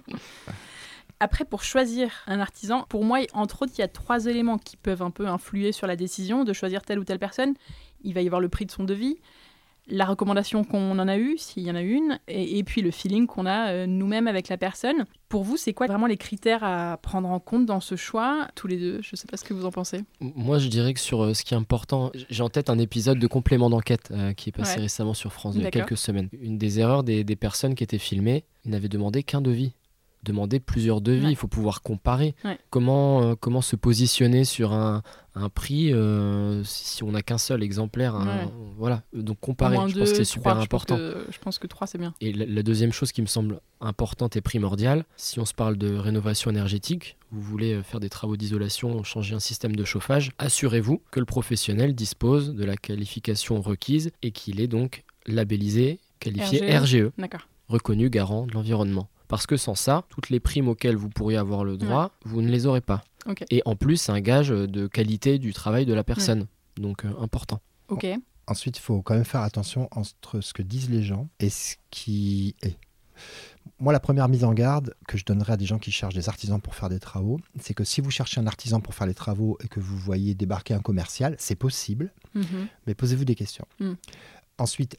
Speaker 3: Faites attention.
Speaker 4: Après, pour choisir un artisan, pour moi, entre autres, il y a 3 éléments qui peuvent un peu influer sur la décision de choisir telle ou telle personne. Il va y avoir le prix de son devis, la recommandation qu'on en a eue, s'il y en a une, et puis le feeling qu'on a nous-mêmes avec la personne. Pour vous, c'est quoi vraiment les critères à prendre en compte dans ce choix, tous les deux? Je ne sais pas ce que vous en pensez.
Speaker 2: Moi, je dirais que sur ce qui est important, j'ai en tête un épisode de Complément d'enquête qui est passé récemment sur France il y a quelques semaines. Une des erreurs des personnes qui étaient filmées, ils n'avaient demandé qu'un devis. Demander plusieurs devis, il faut pouvoir comparer. Comment se positionner sur un prix si on n'a qu'un seul exemplaire. Voilà, donc comparer, je pense que c'est super important.
Speaker 4: Je pense que 3, c'est bien.
Speaker 2: Et la deuxième chose qui me semble importante et primordiale, si on se parle de rénovation énergétique, vous voulez faire des travaux d'isolation, changer un système de chauffage, assurez-vous que le professionnel dispose de la qualification requise et qu'il est donc labellisé, qualifié RGE, reconnu garant de l'environnement. Parce que sans ça, toutes les primes auxquelles vous pourriez avoir le droit, vous ne les aurez pas. Et en plus, c'est un gage de qualité du travail de la personne. Donc, important.
Speaker 3: Ensuite, il faut quand même faire attention entre ce que disent les gens et ce qui est. Moi, la première mise en garde que je donnerais à des gens qui cherchent des artisans pour faire des travaux, c'est que si vous cherchez un artisan pour faire les travaux et que vous voyez débarquer un commercial, c'est possible, mais posez-vous des questions. Ensuite,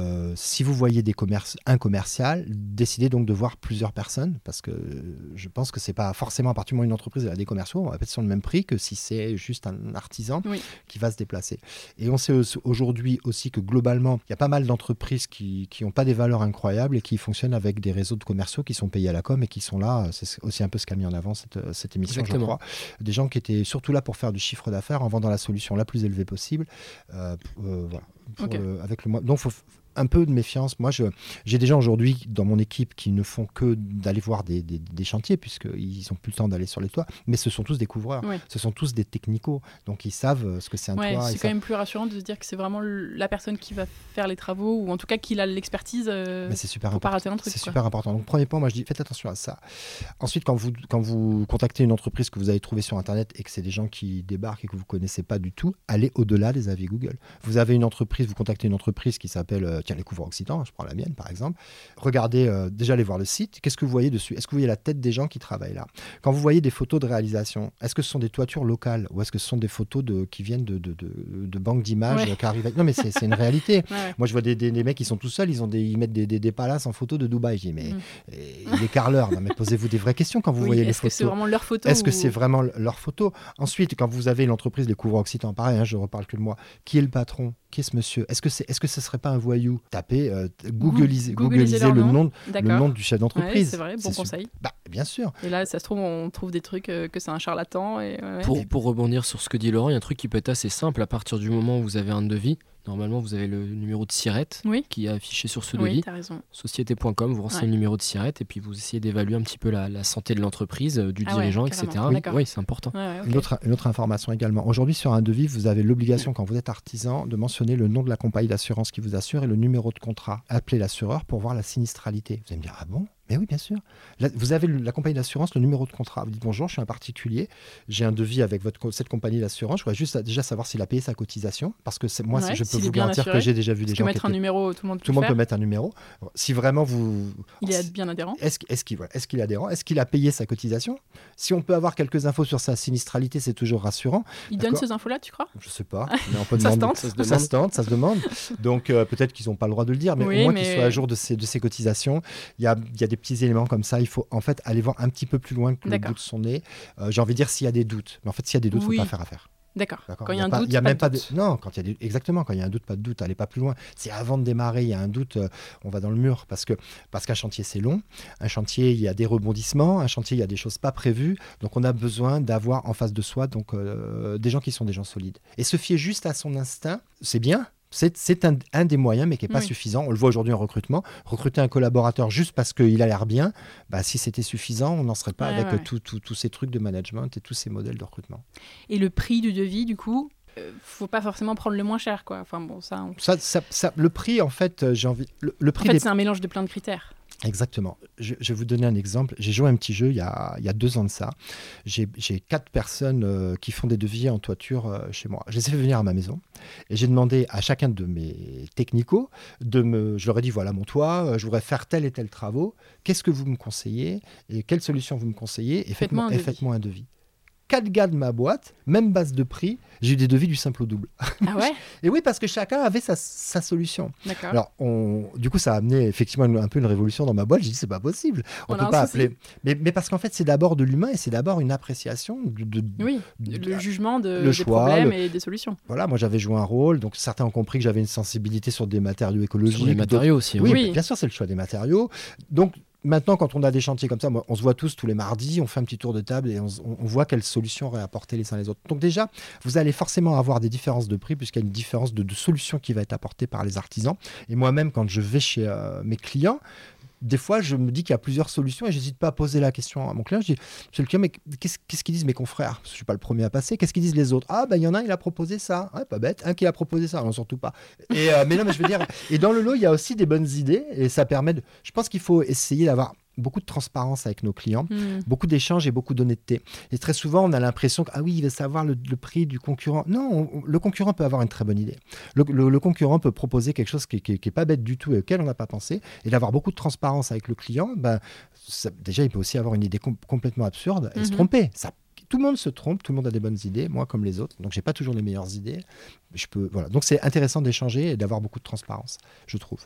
Speaker 3: si vous voyez un commercial, décidez donc de voir plusieurs personnes, parce que je pense que ce n'est pas forcément à partir du moment où une entreprise a des commerciaux, on va être sur le même prix que si c'est juste un artisan qui va se déplacer. Et on sait aujourd'hui aussi que globalement, il y a pas mal d'entreprises qui n'ont pas des valeurs incroyables et qui fonctionnent avec des réseaux de commerciaux qui sont payés à la com et qui sont là, c'est aussi un peu ce qu'a mis en avant cette émission, je crois. Des gens qui étaient surtout là pour faire du chiffre d'affaires en vendant la solution la plus élevée possible. Voilà. Avec le donc faut un peu de méfiance. Moi, j'ai des gens aujourd'hui dans mon équipe qui ne font que d'aller voir des chantiers, puisqu'ils n'ont plus le temps d'aller sur les toits, mais ce sont tous des couvreurs, ce sont tous des technicos, donc ils savent ce que c'est un toit.
Speaker 4: C'est quand même plus rassurant de se dire que c'est vraiment la personne qui va faire les travaux, ou en tout cas qu'il a l'expertise
Speaker 3: mais c'est super
Speaker 4: pour pas rater un truc.
Speaker 3: C'est super important. Donc premier point, moi je dis faites attention à ça. Ensuite, quand vous contactez une entreprise que vous avez trouvée sur Internet et que c'est des gens qui débarquent et que vous ne connaissez pas du tout, allez au-delà des avis Google. Vous avez une entreprise, vous contactez une entreprise qui s'appelle les couvreurs Occitan, je prends la mienne par exemple. Regardez, déjà allez voir le site, qu'est-ce que vous voyez dessus? Est-ce que vous voyez la tête des gens qui travaillent là? Quand vous voyez des photos de réalisation, est-ce que ce sont des toitures locales ou est-ce que ce sont des photos qui viennent de banques d'images qui arrivent? Non mais c'est une réalité. Moi je vois des mecs qui sont tout seuls, ils mettent des palaces en photo de Dubaï. Je dis mais les carleurs, non mais posez-vous des vraies questions quand vous voyez les photos.
Speaker 4: Est-ce que c'est vraiment leur photo?
Speaker 3: Est-ce que c'est vraiment leur photo? Ensuite, quand vous avez l'entreprise les couvreurs Occitan, pareil, je ne reparle que de moi, qui est le patron? Qui est ce monsieur? Est-ce que ce serait pas un voyou? Tapez, googlisez le nom du chef d'entreprise.
Speaker 4: C'est vrai, bon conseil.
Speaker 3: Bien sûr.
Speaker 4: Et là, ça se trouve, on trouve des trucs que c'est un charlatan.
Speaker 2: Pour rebondir sur ce que dit Laurent, il y a un truc qui peut être assez simple. À partir du moment où vous avez un devis, normalement, vous avez le numéro de SIRET qui est affiché sur ce devis.
Speaker 4: T'as raison.
Speaker 2: Société.com, vous renseignez le numéro de SIRET et puis vous essayez d'évaluer un petit peu la santé de l'entreprise, du dirigeant, etc. Oui, c'est important.
Speaker 3: Une autre information également. Aujourd'hui, sur un devis, vous avez l'obligation, quand vous êtes artisan, de mentionner le nom de la compagnie d'assurance qui vous assure et le numéro de contrat. Appelez l'assureur pour voir la sinistralité. Vous allez me dire, ah bon? Mais oui, bien sûr. Là, vous avez la compagnie d'assurance, le numéro de contrat. Vous dites bonjour, je suis un particulier, j'ai un devis avec cette compagnie d'assurance. Je voudrais juste déjà savoir s'il a payé sa cotisation, parce que moi, je peux vous garantir que j'ai déjà vu des gens
Speaker 4: mettre un numéro, tout le monde
Speaker 3: peut mettre un numéro. Si vraiment
Speaker 4: il est bien adhérent.
Speaker 3: Est-ce qu'il est adhérent? Est-ce qu'il a payé sa cotisation? Si on peut avoir quelques infos sur sa sinistralité, c'est toujours rassurant.
Speaker 4: Il donne ces infos-là, tu crois?
Speaker 3: Je sais pas. Mais on peut demander. Ça se demande. Donc peut-être qu'ils n'ont pas le droit de le dire, mais au moins qu'ils soient à jour de ces cotisations. Il y a des petits éléments comme ça, il faut en fait aller voir un petit peu plus loin que le bout de son nez. J'ai envie de dire s'il y a des doutes. Mais en fait, s'il y a des doutes, il ne faut pas faire affaire.
Speaker 4: D'accord. Quand il y a un doute, pas de doute.
Speaker 3: Non, exactement, quand il y a un doute, pas de doute. Allez pas plus loin. C'est avant de démarrer, il y a un doute, on va dans le mur. Parce qu'un chantier, c'est long. Un chantier, il y a des rebondissements. Un chantier, il y a des choses pas prévues. Donc, on a besoin d'avoir en face de soi des gens qui sont des gens solides. Et se fier juste à son instinct, c'est bien. C'est un des moyens, mais qui n'est pas suffisant. On le voit aujourd'hui en recrutement. Recruter un collaborateur juste parce qu'il a l'air bien, si c'était suffisant, on n'en serait pas avec tous ces trucs de management et tous ces modèles de recrutement.
Speaker 4: Et le prix du devis, du coup, faut pas forcément prendre le moins cher, quoi. Enfin bon,
Speaker 3: le prix, en fait, j'ai envie. Le prix
Speaker 4: c'est un mélange de plein de critères.
Speaker 3: Exactement. Je vais vous donner un exemple. J'ai joué à un petit jeu il y a 2 ans de ça. J'ai 4 personnes qui font des devis en toiture chez moi. Je les ai fait venir à ma maison et j'ai demandé à chacun de mes technicos je leur ai dit voilà mon toit, je voudrais faire tel et tel travaux. Qu'est-ce que vous me conseillez et quelle solution vous me conseillez et faites-moi un devis. 4 gars de ma boîte, même base de prix, j'ai eu des devis du simple au double.
Speaker 4: Ah ouais.
Speaker 3: Et oui, parce que chacun avait sa solution.
Speaker 4: D'accord.
Speaker 3: Alors, du coup, ça a amené effectivement un peu une révolution dans ma boîte. J'ai dit, c'est pas possible. On peut pas appeler. Mais parce qu'en fait, c'est d'abord de l'humain et c'est d'abord une appréciation.
Speaker 4: Le jugement des
Speaker 3: choix,
Speaker 4: problèmes et des solutions.
Speaker 3: Voilà, moi j'avais joué un rôle. Donc, certains ont compris que j'avais une sensibilité sur des matériaux écologiques.
Speaker 2: Sur les matériaux aussi.
Speaker 3: Oui, bien sûr, c'est le choix des matériaux. Donc, maintenant, quand on a des chantiers comme ça, on se voit tous les mardis, on fait un petit tour de table et on voit quelles solutions réapporter les uns les autres. Donc déjà, vous allez forcément avoir des différences de prix puisqu'il y a une différence de solutions qui va être apportée par les artisans. Et moi-même, quand je vais chez mes clients, des fois, je me dis qu'il y a plusieurs solutions et j'hésite pas à poser la question à mon client. Je dis, monsieur le client, mais qu'est-ce qu'ils disent mes confrères? Parce que je suis pas le premier à passer. Qu'est-ce qu'ils disent les autres? Ah, il y en a un, il a proposé ça. Ouais, pas bête. Un qui a proposé ça. Non, surtout pas. Mais non, mais je veux dire, et dans le lot, il y a aussi des bonnes idées et ça permet je pense qu'il faut essayer d'avoir beaucoup de transparence avec nos clients, beaucoup d'échanges et beaucoup d'honnêteté. Et très souvent, on a l'impression que, il va savoir le prix du concurrent. Non, le concurrent peut avoir une très bonne idée. Le concurrent peut proposer quelque chose qui est pas bête du tout et auquel on n'a pas pensé. Et d'avoir beaucoup de transparence avec le client, déjà, il peut aussi avoir une idée complètement absurde et se tromper. Tout le monde se trompe, tout le monde a des bonnes idées, moi comme les autres. Donc, j'ai pas toujours les meilleures idées. Voilà. Donc, c'est intéressant d'échanger et d'avoir beaucoup de transparence, je trouve.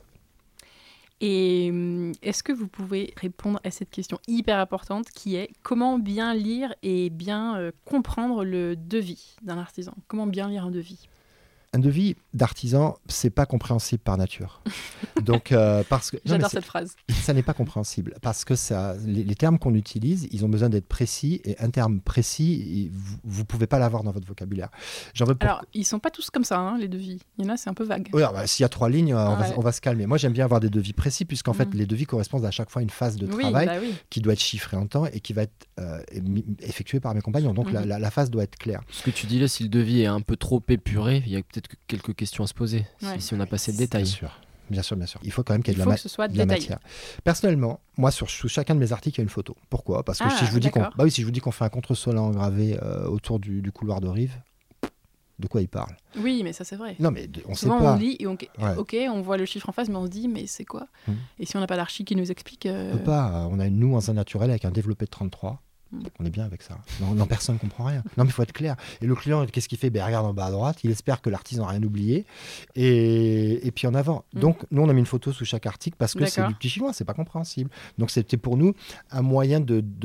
Speaker 4: Et est-ce que vous pouvez répondre à cette question hyper importante qui est comment bien lire et bien comprendre le devis d'un artisan? Comment bien lire un devis?
Speaker 3: Un devis d'artisan, c'est pas compréhensible par nature. Donc, parce que
Speaker 4: j'adore cette phrase. Ça
Speaker 3: n'est pas compréhensible parce que les termes qu'on utilise, ils ont besoin d'être précis et un terme précis, vous pouvez pas l'avoir dans votre vocabulaire.
Speaker 4: Alors, ils sont pas tous comme ça, les devis. Il y en a, c'est un peu vague.
Speaker 3: Oui, s'il y a 3 lignes, on va se calmer. Moi, j'aime bien avoir des devis précis puisqu'en fait, les devis correspondent à chaque fois à une phase de travail qui doit être chiffrée en temps et qui va être effectuée par mes compagnons. Donc, la phase doit être claire.
Speaker 2: Ce que tu dis là, si le devis est un peu trop épuré, il y a peut-être quelques questions à se poser si on a passé de détails.
Speaker 3: Bien sûr. Il faut quand même qu'il y ait
Speaker 4: de la
Speaker 3: matière. Personnellement, moi, sous chacun de mes articles, il y a une photo. Pourquoi? Parce que si je vous dis qu'on fait un contre-solant gravé autour du couloir de rive, de quoi il parle?
Speaker 4: Oui, mais ça c'est vrai.
Speaker 3: Non, mais on
Speaker 4: souvent,
Speaker 3: sait pas.
Speaker 4: On lit et on voit le chiffre en face, mais on se dit, mais c'est quoi? Et si on n'a pas d'archi qui nous explique...
Speaker 3: On peut pas. On a une noue en zin naturel avec un développé de 33. On est bien avec ça. Non, personne ne comprend rien. Non, mais il faut être clair. Et le client, qu'est-ce qu'il fait? Regarde en bas à droite, il espère que l'artisan n'a rien oublié. Et puis en avant. Donc, nous, on a mis une photo sous chaque article parce que c'est du petit chinois, c'est pas compréhensible. Donc, c'était pour nous un moyen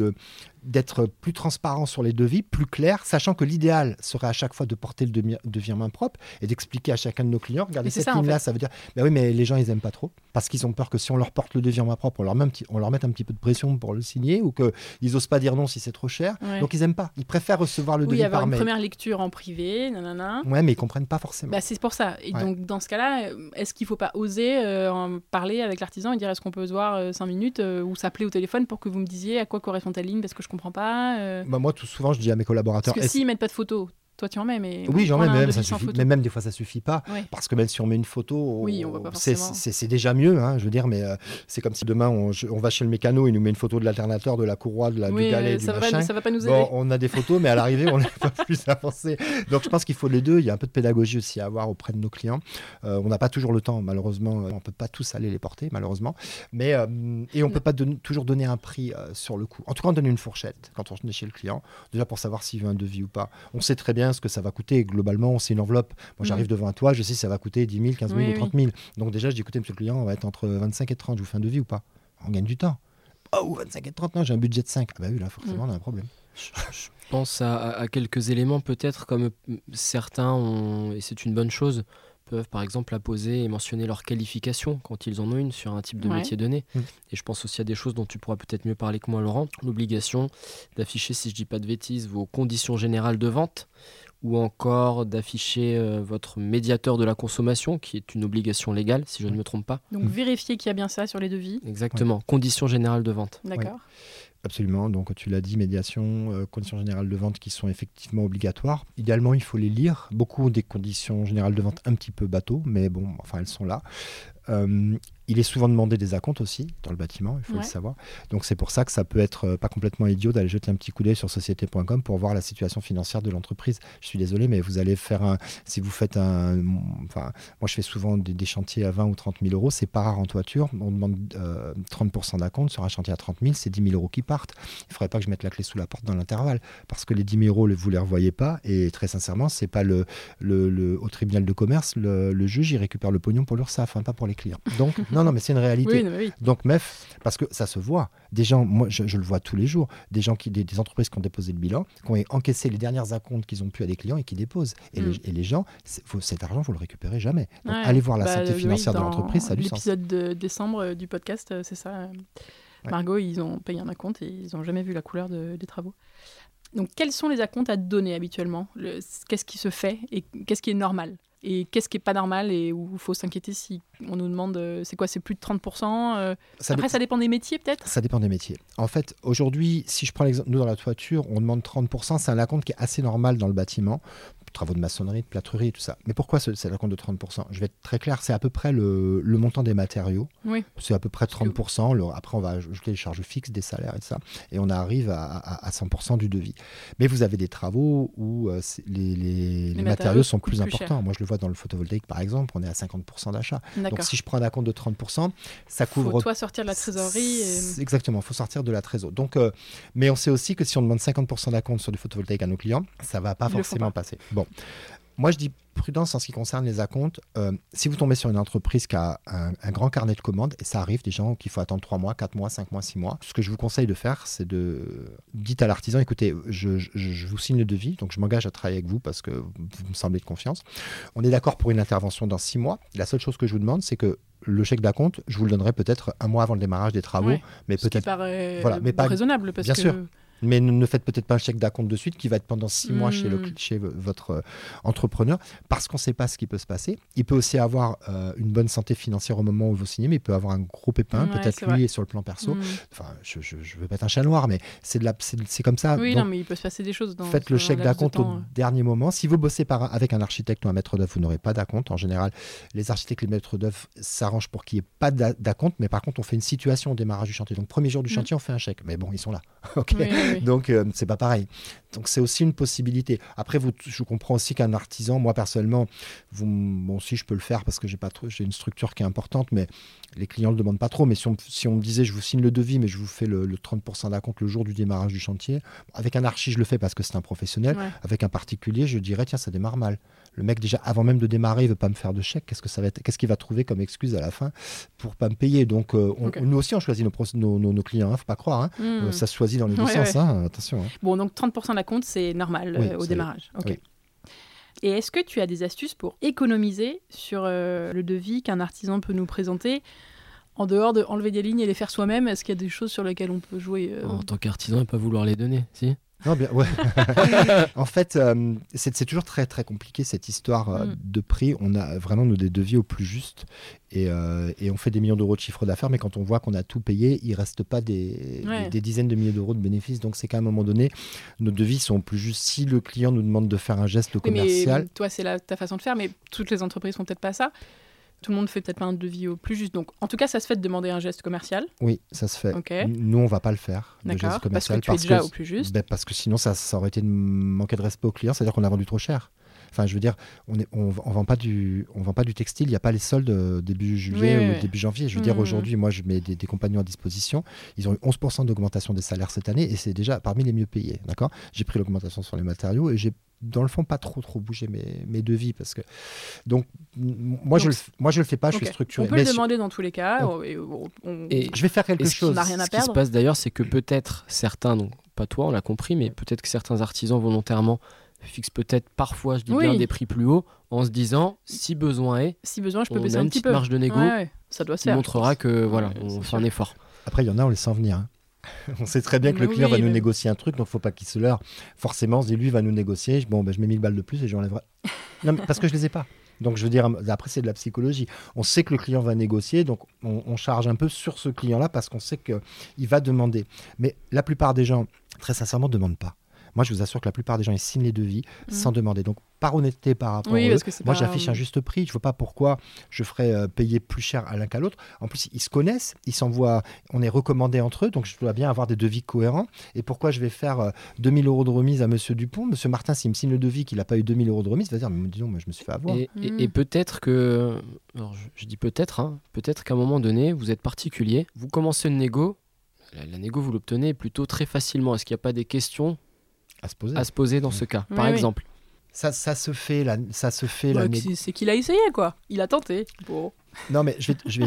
Speaker 3: d'être plus transparent sur les devis, plus clair, sachant que l'idéal serait à chaque fois de porter le devis en main propre et d'expliquer à chacun de nos clients, regardez cette ligne-là, ça veut dire, oui, mais les gens, ils n'aiment pas trop, parce qu'ils ont peur que si on leur porte le devis en main propre, on leur mette un petit peu de pression pour le signer, ou qu'ils n'osent pas dire non si c'est trop cher, donc ils n'aiment pas. Ils préfèrent recevoir le devis par mail.
Speaker 4: Oui, avoir une première lecture en privé, nanana.
Speaker 3: Ouais, mais ils ne comprennent pas forcément.
Speaker 4: C'est pour ça. Et donc, dans ce cas-là, est-ce qu'il ne faut pas oser en parler avec l'artisan et dire, est-ce qu'on peut se voir 5 minutes ou s'appeler au téléphone pour que vous me disiez à quoi correspond telle ligne, parce que je ne comprends pas
Speaker 3: moi, tout souvent, je dis à mes collaborateurs...
Speaker 4: Parce que s'ils ne mettent pas de photos, toi tu en mets, mais...
Speaker 3: Oui, j'en mets, mais même des fois, ça ne suffit pas. Parce que même si on met une photo,
Speaker 4: on voit pas forcément.
Speaker 3: C'est déjà mieux, je veux dire, mais c'est comme si demain, on va chez le mécano, il nous met une photo de l'alternateur, de la courroie, du galet, du machin.
Speaker 4: Ça va pas nous aider.
Speaker 3: On a des photos, mais à l'arrivée, on n'est pas plus avancé. Donc, je pense qu'il faut les deux. Il y a un peu de pédagogie aussi à avoir auprès de nos clients. On n'a pas toujours le temps, malheureusement. On ne peut pas tous aller les porter, malheureusement. Et on ne peut pas toujours donner un prix sur le coup. En tout cas, on donne une fourchette quand on est chez le client, déjà pour savoir s'il veut un devis ou pas. On sait très bien ce que ça va coûter. Globalement, c'est une enveloppe. Moi, j'arrive devant toi, je sais si ça va coûter 10 000, 15 000 ou 30 000. Donc déjà, je dis, écoutez, monsieur le client, on va être entre 25 et 30. Je vous fais un devis ou pas? On gagne du temps. Oh, 25 et 30, non, j'ai un budget de 5. Ah bah oui, là, forcément, on a un problème.
Speaker 2: Je pense à quelques éléments, peut-être, comme certains ont, et c'est une bonne chose, peuvent par exemple apposer et mentionner leur qualification quand ils en ont une sur un type de métier donné. Et je pense aussi à des choses dont tu pourras peut-être mieux parler que moi, Laurent. L'obligation d'afficher, si je dis pas de bêtises, vos conditions générales de vente, ou encore d'afficher votre médiateur de la consommation, qui est une obligation légale, si je ne me trompe pas.
Speaker 4: Donc vérifier qu'il y a bien ça sur les devis.
Speaker 2: Exactement, conditions générales de vente.
Speaker 4: D'accord.
Speaker 3: Absolument, donc tu l'as dit, médiation, conditions générales de vente qui sont effectivement obligatoires. Idéalement, il faut les lire. Beaucoup ont des conditions générales de vente un petit peu bateau, mais bon, enfin elles sont là. Il est souvent demandé des acomptes aussi dans le bâtiment, il faut le savoir. Donc c'est pour ça que ça peut être pas complètement idiot d'aller jeter un petit coup d'œil sur société.com pour voir la situation financière de l'entreprise. Je suis désolé, mais vous allez faire si vous faites moi je fais souvent des chantiers à 20 ou 30 000 euros, c'est pas rare en toiture. On demande 30% d'acompte sur un chantier à 30 000, c'est 10 000 euros qui partent. Il ne faudrait pas que je mette la clé sous la porte dans l'intervalle, parce que les 10 000 euros, vous les revoyez pas, et très sincèrement, c'est pas au tribunal de commerce, le juge, il récupère le pognon pour l'URSSAF, pas pour les clients. Donc, non, mais c'est une réalité.
Speaker 4: Oui.
Speaker 3: Donc, MEF, parce que ça se voit. Des gens, moi, je le vois tous les jours, des entreprises qui ont déposé le bilan, qui ont encaissé les dernières acomptes qu'ils ont pu à des clients et qui déposent. Et les gens, cet argent, vous le récupérez jamais. Donc, allez voir la santé financière de l'entreprise, ça a du sens.
Speaker 4: L'épisode de décembre du podcast, c'est ça. Margot, ils ont payé un acompte et ils n'ont jamais vu la couleur des travaux. Donc, quels sont les acomptes à donner habituellement ? Qu'est-ce qui se fait et qu'est-ce qui est normal ? Et qu'est-ce qui n'est pas normal et où il faut s'inquiéter si on nous demande c'est quoi, c'est plus de 30% Après, ça dépend des métiers peut-être ? Ça
Speaker 3: dépend des métiers. En fait, aujourd'hui, si je prends l'exemple, nous dans la toiture, on demande 30%, c'est un acompte qui est assez normal dans le bâtiment, travaux de maçonnerie, de plâtrerie et tout ça. Mais pourquoi c'est l'acompte de 30% ? Je vais être très clair, c'est à peu près le montant des matériaux.
Speaker 4: Oui.
Speaker 3: C'est à peu près 30%. Après, on va ajouter les charges fixes, des salaires et tout ça. Et on arrive à 100% du devis. Mais vous avez des travaux où les matériaux sont plus importants. Cher. Moi, je le vois dans le photovoltaïque, par exemple, on est à 50% d'achat. Donc, si je prends un acompte de 30%, ça couvre...
Speaker 4: Faut toi sortir de la trésorerie.
Speaker 3: Exactement, il faut sortir de la trésorerie. Donc, mais on sait aussi que si on demande 50% d'acompte sur du photovoltaïque à nos clients, ça ne va pas forcément passer. Bon, moi je dis prudence en ce qui concerne les acomptes. Si vous tombez sur une entreprise qui a un grand carnet de commandes, et ça arrive, des gens qu'il faut attendre 3 mois, 4 mois, 5 mois, 6 mois, ce que je vous conseille de faire, c'est dites à l'artisan, écoutez, je vous signe le devis, donc je m'engage à travailler avec vous parce que vous me semblez de confiance. On est d'accord pour une intervention dans 6 mois. La seule chose que je vous demande, c'est que le chèque d'acompte, je vous le donnerai peut-être 1 mois avant le démarrage des travaux, mais
Speaker 4: ce
Speaker 3: peut-être
Speaker 4: qui paraît raisonnable parce
Speaker 3: bien
Speaker 4: que...
Speaker 3: sûr. Mais ne faites peut-être pas un chèque d'acompte de suite qui va être pendant 6 mois chez votre entrepreneur, parce qu'on ne sait pas ce qui peut se passer. Il peut aussi avoir une bonne santé financière au moment où vous signez, mais il peut avoir un gros pépin, peut-être lui est sur le plan perso. Enfin, je ne veux pas être un chat noir, mais c'est comme ça.
Speaker 4: Oui,
Speaker 3: donc,
Speaker 4: non, mais il peut se passer des choses.
Speaker 3: Faites le chèque d'acompte au dernier moment. Si vous bossez avec un architecte ou un maître d'œuvre, vous n'aurez pas d'acompte. En général, les architectes et les maîtres d'œuvre s'arrangent pour qu'il n'y ait pas d'acompte, mais par contre, on fait une situation au démarrage du chantier. Donc, premier jour du chantier, on fait un chèque. Mais bon, ils sont là. OK.
Speaker 4: Oui.
Speaker 3: Donc, c'est pas pareil. Donc, c'est aussi une possibilité. Après, je comprends aussi qu'un artisan, moi, personnellement, si je peux le faire parce que j'ai une structure qui est importante, mais les clients ne le demandent pas trop. Mais si on me disait, je vous signe le devis, mais je vous fais le 30% d'acompte le jour du démarrage du chantier, avec un archi, je le fais parce que c'est un professionnel. Ouais. Avec un particulier, je dirais, tiens, ça démarre mal. Le mec, déjà, avant même de démarrer, il ne veut pas me faire de chèque. Qu'est-ce qu'il va trouver comme excuse à la fin pour ne pas me payer ? Donc, nous aussi, on choisit nos clients. Il ne faut pas croire. Ça se choisit dans les deux sens. Attention.
Speaker 4: Bon, donc 30% d'acompte, c'est normal au démarrage. Okay.
Speaker 3: Oui.
Speaker 4: Et est-ce que tu as des astuces pour économiser sur le devis qu'un artisan peut nous présenter ? En dehors de enlever des lignes et les faire soi-même, est-ce qu'il y a des choses sur lesquelles on peut jouer
Speaker 2: En tant qu'artisan, et pas vouloir les donner, si ?
Speaker 3: Non, bien, ouais. En fait, c'est toujours très, très compliqué cette histoire de prix. On a vraiment des devis au plus juste et on fait des millions d'euros de chiffre d'affaires, mais quand on voit qu'on a tout payé, il ne reste pas des dizaines de milliers d'euros de bénéfices. Donc, c'est qu'à un moment donné, nos devis sont plus justes. Si le client nous demande de faire un geste commercial...
Speaker 4: Mais toi, c'est ta façon de faire, mais toutes les entreprises font peut-être pas ça. Tout le monde fait peut-être pas un devis au plus juste. Donc, en tout cas, ça se fait de demander un geste commercial.
Speaker 3: Oui, ça se fait.
Speaker 4: Okay.
Speaker 3: Nous, on va pas le faire.
Speaker 4: D'accord, parce que tu es déjà au plus juste.
Speaker 3: Parce que sinon, ça aurait été de manquer de respect au client. C'est-à-dire qu'on a vendu trop cher. Enfin, je veux dire, on vend pas du textile. Il n'y a pas les soldes début juillet ou début janvier. Je veux dire, aujourd'hui, moi, je mets des compagnons à disposition. Ils ont eu 11% d'augmentation des salaires cette année et c'est déjà parmi les mieux payés. D'accord ? J'ai pris l'augmentation sur les matériaux et j'ai dans le fond pas trop bougé mes devis parce que donc moi je le fais pas, je suis structuré.
Speaker 4: On peut le demander dans tous les cas.
Speaker 3: Et je vais faire quelque chose.
Speaker 4: On n'a rien à perdre.
Speaker 2: Ce qui se passe d'ailleurs, c'est que peut-être certains, donc pas toi, on l'a compris, mais peut-être que certains artisans volontairement fixent peut-être parfois, je dis bien, des prix plus hauts en se disant si besoin est,
Speaker 4: je peux baisser un petit peu.
Speaker 2: Marge de négo,
Speaker 4: ça doit se
Speaker 2: faire. Montrera que voilà, on fait un effort.
Speaker 3: Après, il y en a, on les sent venir. On sait très bien que le client va nous négocier un truc, donc il ne faut pas qu'il se leurre. Forcément, si lui va nous négocier, je mets 1000 balles de plus et j'enlèverai. Non, parce que je ne les ai pas. Donc, je veux dire, après, c'est de la psychologie. On sait que le client va négocier, donc on charge un peu sur ce client-là parce qu'on sait qu'il va demander. Mais la plupart des gens, très sincèrement, ne demandent pas. Moi, je vous assure que la plupart des gens, ils signent les devis sans demander. Donc, par honnêteté par rapport
Speaker 4: Oui,
Speaker 3: à eux,
Speaker 4: parce que c'est
Speaker 3: moi,
Speaker 4: pas-
Speaker 3: j'affiche un juste prix. Je ne vois pas pourquoi je ferais payer plus cher à l'un qu'à l'autre. En plus, ils se connaissent, ils s'envoient, on est recommandés entre eux, donc je dois bien avoir des devis cohérents. Et pourquoi je vais faire 2 000 € de remise à Monsieur Dupont? Monsieur Martin, s'il me signe le devis qu'il n'a pas eu 2 000 € de remise, il va dire, mais dis donc, moi, je me suis fait avoir.
Speaker 2: Et peut-être que, alors je dis peut-être, hein, peut-être qu'à un moment donné, vous êtes particulier, vous commencez une négo, la négo, vous l'obtenez plutôt très facilement. Est-ce qu'il n'y a pas des questions
Speaker 3: À se poser.
Speaker 2: à se poser dans ce cas,
Speaker 4: Oui,
Speaker 2: par
Speaker 4: oui.
Speaker 3: Ça
Speaker 2: exemple?
Speaker 3: se fait, la négo.
Speaker 4: C'est qu'il a essayé, quoi. Il a tenté. Bon.
Speaker 3: Non, mais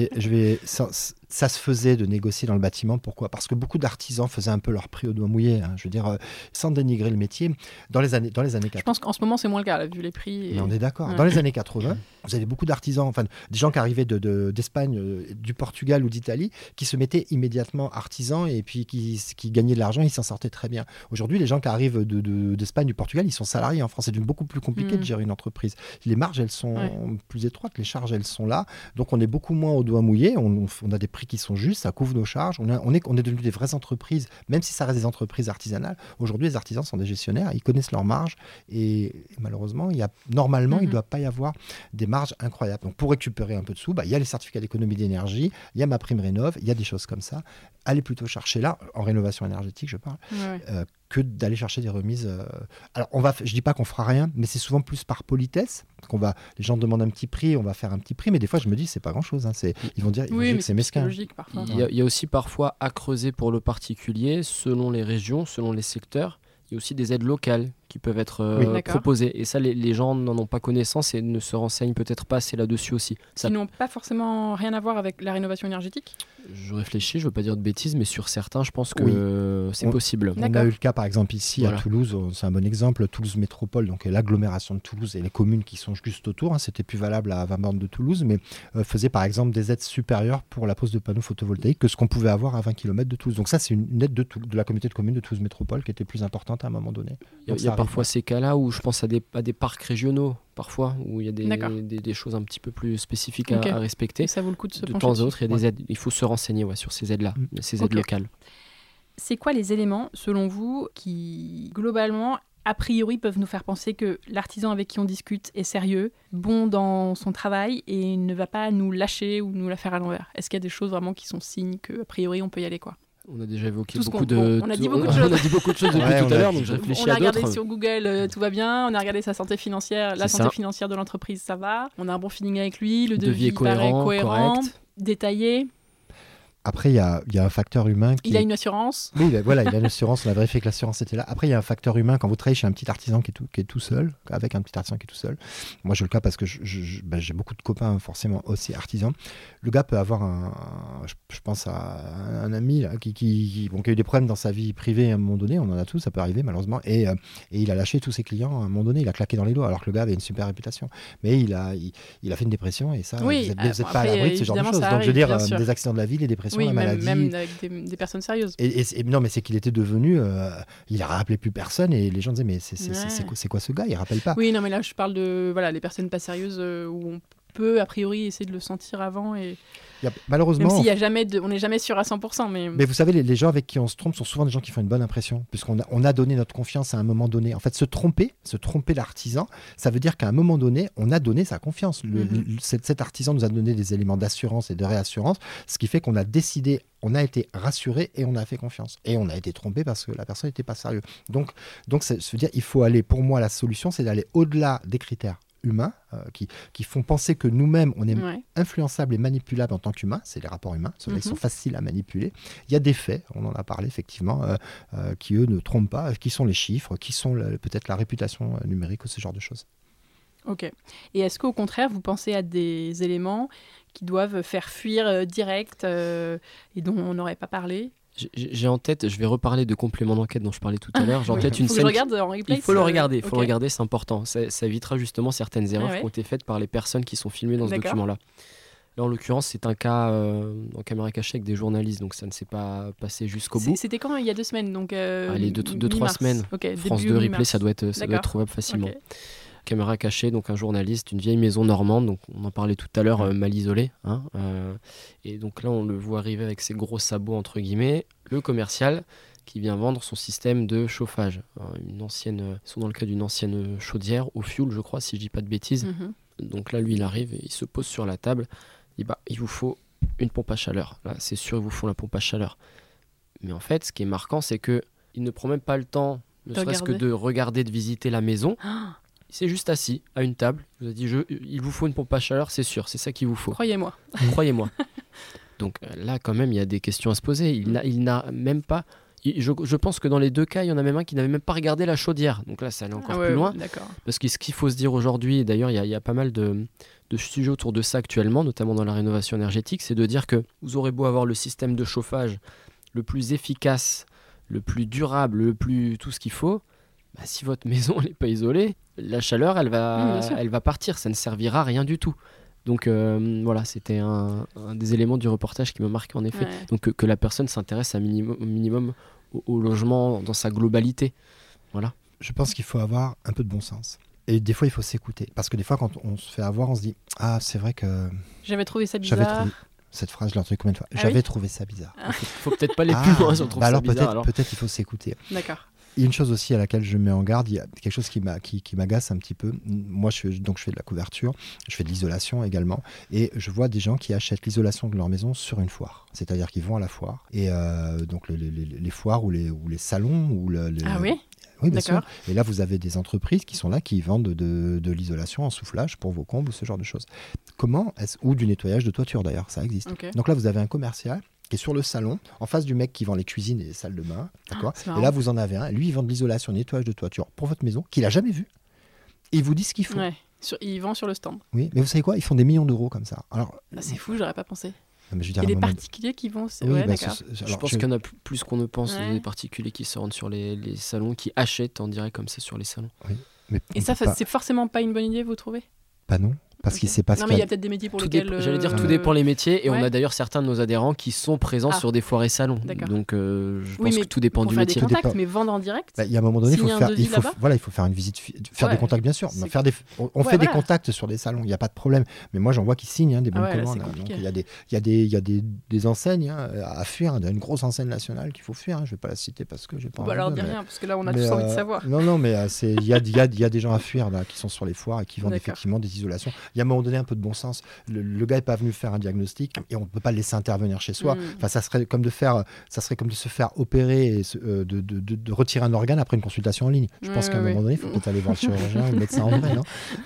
Speaker 3: ça se faisait de négocier dans le bâtiment. Pourquoi? Parce que beaucoup d'artisans faisaient un peu leur prix au doigt mouillé. Hein. Je veux dire, sans dénigrer le métier. Dans les années 80.
Speaker 4: Je pense qu'en ce moment, c'est moins le cas, là, vu les prix. Et...
Speaker 3: Mais on est d'accord.
Speaker 4: Ouais.
Speaker 3: Dans les années 80, vous avez beaucoup d'artisans, enfin des gens qui arrivaient d'Espagne, du Portugal ou d'Italie, qui se mettaient immédiatement artisans et puis qui gagnaient de l'argent, ils s'en sortaient très bien. Aujourd'hui, les gens qui arrivent d'Espagne, du Portugal, ils sont salariés en France. C'est beaucoup plus compliqué de gérer une entreprise. Les marges, elles sont plus étroites, les charges, elles sont là. Donc on est beaucoup moins au doigt mouillé. On a des prix qui sont justes, ça couvre nos charges. On est devenus des vraies entreprises, même si ça reste des entreprises artisanales. Aujourd'hui, les artisans sont des gestionnaires, ils connaissent leurs marges et malheureusement, normalement, il ne doit pas y avoir des marges incroyables. Donc pour récupérer un peu de sous, il y a les certificats d'économie d'énergie, il y a ma prime rénov, il y a des choses comme ça. Allez plutôt chercher là, en rénovation énergétique, je parle, que d'aller chercher des remises. Alors, je dis pas qu'on fera rien, mais c'est souvent plus par politesse les gens demandent un petit prix, on va faire un petit prix, mais des fois, je me dis, c'est pas grand-chose. Hein, ils vont dire que c'est mesquin.
Speaker 4: Logique, parfois.
Speaker 2: Il y a aussi parfois à creuser pour le particulier, selon les régions, selon les secteurs. Il y a aussi des aides locales qui peuvent être proposées. Et ça, les gens n'en ont pas connaissance et ne se renseignent peut-être pas assez là-dessus aussi.
Speaker 4: Qui n'ont pas forcément rien à voir avec la rénovation énergétique?
Speaker 2: Je réfléchis, je ne veux pas dire de bêtises, mais sur certains, je pense que c'est possible.
Speaker 3: On a eu le cas, par exemple, ici à Toulouse, c'est un bon exemple, Toulouse Métropole, donc l'agglomération de Toulouse et les communes qui sont juste autour, c'était plus valable à 20 bornes de Toulouse, mais faisait par exemple des aides supérieures pour la pose de panneaux photovoltaïques que ce qu'on pouvait avoir à 20 km de Toulouse. Donc ça, c'est une aide de la communauté de communes de Toulouse Métropole qui était plus importante à un moment donné.
Speaker 2: Il y a parfois ces cas-là où je pense à des parcs régionaux, parfois, où il y a des choses un petit peu plus spécifiques à respecter.
Speaker 4: Et ça vaut le coup de se pencher
Speaker 2: temps en
Speaker 4: dessus.
Speaker 2: autre, il y a des aides. Il faut se renseigner sur ces aides-là, ces aides locales.
Speaker 4: C'est quoi les éléments, selon vous, qui, globalement, a priori, peuvent nous faire penser que l'artisan avec qui on discute est sérieux, bon dans son travail et ne va pas nous lâcher ou nous la faire à l'envers? Est-ce qu'il y a des choses vraiment qui sont signes qu'a priori, on peut y aller, quoi?
Speaker 2: On a déjà évoqué
Speaker 4: on a dit beaucoup
Speaker 2: de choses depuis tout à l'heure, donc je réfléchis à d'autres.
Speaker 4: On a regardé sur Google, tout va bien. On a regardé sa santé financière, santé financière de l'entreprise, ça va. On a un bon feeling avec lui, le devis est cohérent, détaillé.
Speaker 3: Après, il y a un facteur humain
Speaker 4: Il a une assurance.
Speaker 3: Oui, il a une assurance. On a vérifié que l'assurance était là. Après, il y a un facteur humain. Quand vous travaillez chez un petit artisan qui est tout seul, avec un petit artisan qui est tout seul. Moi, j'ai le cas parce que j'ai beaucoup de copains, forcément, aussi artisans. Le gars peut avoir je pense à un ami là, qui a eu des problèmes dans sa vie privée à un moment donné. On en a tous, ça peut arriver, malheureusement. Et il a lâché tous ses clients à un moment donné. Il a claqué dans les doigts, alors que le gars avait une super réputation. Mais il a fait une dépression et ça, vous n'êtes pas à l'abri de ce genre de choses. Donc, je veux dire, des accidents de la vie, les dépressions, la maladie.
Speaker 4: Même avec des personnes sérieuses.
Speaker 3: Et non, mais c'est qu'il était devenu. Il ne rappelait plus personne et les gens disaient mais c'est quoi ce gars? Il ne rappelle pas.
Speaker 4: Oui, non, mais là je parle de les personnes pas sérieuses où on peut a priori essayer de le sentir avant et.
Speaker 3: Malheureusement,
Speaker 4: même s'il y a jamais on n'est jamais sûr à 100%.
Speaker 3: Mais vous savez, les gens avec qui on se trompe sont souvent des gens qui font une bonne impression, puisqu'on a donné notre confiance à un moment donné. En fait, se tromper l'artisan, ça veut dire qu'à un moment donné, on a donné sa confiance. Cet artisan nous a donné des éléments d'assurance et de réassurance, ce qui fait qu'on a décidé, on a été rassuré et on a fait confiance. Et on a été trompé parce que la personne n'était pas sérieuse. Donc, ça veut dire il faut aller, pour moi, la solution, c'est d'aller au-delà des critères humains qui font penser que nous-mêmes, on est influençables et manipulables en tant qu'humains. C'est les rapports humains. Ceux-là, ils sont faciles à manipuler. Il y a des faits, on en a parlé effectivement, qui, eux, ne trompent pas, qui sont les chiffres, qui sont peut-être la réputation numérique ou ce genre de choses.
Speaker 4: Ok. Et est-ce qu'au contraire, vous pensez à des éléments qui doivent faire fuir direct et dont on n'aurait pas parlé?
Speaker 2: J'ai en tête, je vais reparler de complément d'enquête dont je parlais tout à l'heure. J'ai en tête une scène.
Speaker 4: Il
Speaker 2: faut le regarder, le regarder, c'est important. Ça évitera justement certaines erreurs qui ont été faites par les personnes qui sont filmées dans ce document-là. Là, en l'occurrence, c'est un cas en caméra cachée avec des journalistes, donc ça ne s'est pas passé jusqu'au bout.
Speaker 4: C'était quand? Il y a 2 semaines, donc.
Speaker 2: Allez, 2-3 semaines. France 2 replay, ça doit être trouvable facilement. Caméra cachée, donc un journaliste, une vieille maison normande, donc on en parlait tout à l'heure, mal isolée. Et donc là, on le voit arriver avec ses gros sabots, entre guillemets. Le commercial qui vient vendre son système de chauffage. Ils sont dans le cas d'une ancienne chaudière au fioul, je crois, si je dis pas de bêtises. Donc là, lui, il arrive et il se pose sur la table. Il dit il vous faut une pompe à chaleur. Là, c'est sûr, il vous faut la pompe à chaleur. Mais en fait, ce qui est marquant, c'est que il ne prend même pas le temps, ne serait-ce que de regarder, de visiter la maison. Il s'est juste assis à une table. Il vous a dit il vous faut une pompe à chaleur, c'est sûr, c'est ça qu'il vous faut.
Speaker 4: Croyez-moi.
Speaker 2: Croyez-moi. Donc là, quand même, il y a des questions à se poser. Il n'a même pas. Je pense que dans les deux cas, il y en a même un qui n'avait même pas regardé la chaudière. Donc là, ça allait encore plus loin.
Speaker 4: D'accord.
Speaker 2: Parce que ce qu'il faut se dire aujourd'hui, et d'ailleurs, il y a pas mal de sujets autour de ça actuellement, notamment dans la rénovation énergétique, c'est de dire que vous aurez beau avoir le système de chauffage le plus efficace, le plus durable, le plus tout ce qu'il faut, si votre maison n'est pas isolée, la chaleur, elle va partir. Ça ne servira à rien du tout. Donc voilà, c'était un des éléments du reportage qui me marquait en effet. Ouais. Donc que la personne s'intéresse au minimum au logement dans sa globalité. Voilà.
Speaker 3: Je pense qu'il faut avoir un peu de bon sens. Et des fois, il faut s'écouter. Parce que des fois, quand on se fait avoir, on se dit « Ah, c'est vrai que... »
Speaker 4: J'avais trouvé ça bizarre.
Speaker 3: Cette phrase, je l'ai entendue combien de fois ? J'avais trouvé ça bizarre.
Speaker 2: Faut peut-être pas aller plus loin si on trouve ça bizarre.
Speaker 3: Peut-être il faut s'écouter.
Speaker 4: D'accord.
Speaker 3: Il y a une chose aussi à laquelle je mets en garde, il y a quelque chose qui m'agace un petit peu. Moi, je fais de la couverture, je fais de l'isolation également, et je vois des gens qui achètent l'isolation de leur maison sur une foire. C'est-à-dire qu'ils vont à la foire, et donc les foires ou les salons.
Speaker 4: Ah oui ?
Speaker 3: Oui, bien sûr. Et là, vous avez des entreprises qui sont là, qui vendent de l'isolation en soufflage pour vos combles, ce genre de choses. Ou du nettoyage de toiture d'ailleurs, ça existe. Okay. Donc là, vous avez un commercial qui est sur le salon, en face du mec qui vend les cuisines et les salles de bain. D'accord. Et là, vous en avez un. Lui, il vend de l'isolation, nettoyage de toiture pour votre maison, qu'il n'a jamais vu. Et il vous dit ce qu'il faut.
Speaker 4: Ouais. Il vend sur le stand.
Speaker 3: Oui, mais vous savez quoi ? Ils font des millions d'euros comme ça. Alors,
Speaker 4: c'est fou, j'aurais pas pensé.
Speaker 3: Mais
Speaker 4: il y a des particuliers qui vont...
Speaker 2: d'accord. Je pense qu'il y en a plus qu'on ne pense, des particuliers qui se rendent sur les salons, qui achètent en direct comme ça sur les salons.
Speaker 3: Oui, mais
Speaker 4: et ça, c'est forcément pas une bonne idée, vous trouvez ?
Speaker 3: Pas non. Parce qu'il sait pas
Speaker 4: non, mais il y a peut-être des métiers pour lesquels...
Speaker 2: J'allais dire, tout dépend les métiers. Et on a d'ailleurs certains de nos adhérents qui sont présents sur des foires et salons.
Speaker 4: D'accord.
Speaker 2: Donc, je pense que tout dépend du métier.
Speaker 4: Pour faire des contacts, mais vendre en direct.
Speaker 3: Il y a un moment donné, il faut faire une visite, faire des contacts, bien sûr. On fait des contacts sur des salons, il n'y a pas de problème. Mais moi, j'en vois qui signent des bonnes commandes. Donc, il y a des enseignes à fuir. Il y a une grosse enseigne nationale qu'il faut fuir. Je ne vais pas la citer parce que je n'ai pas...
Speaker 4: Alors, dis rien, parce que là, on a tous envie de savoir.
Speaker 3: Non, mais il y a des gens à fuir qui sont sur les foires et qui vendent effectivement des isolations. Il y a un moment donné un peu de bon sens. Le gars n'est pas venu faire un diagnostic et on ne peut pas le laisser intervenir chez soi. Enfin, ça serait comme de se faire opérer et de retirer un organe après une consultation en ligne. Je pense qu'à un moment donné, il faut peut-être aller voir le chirurgien ou le médecin en vrai, non ?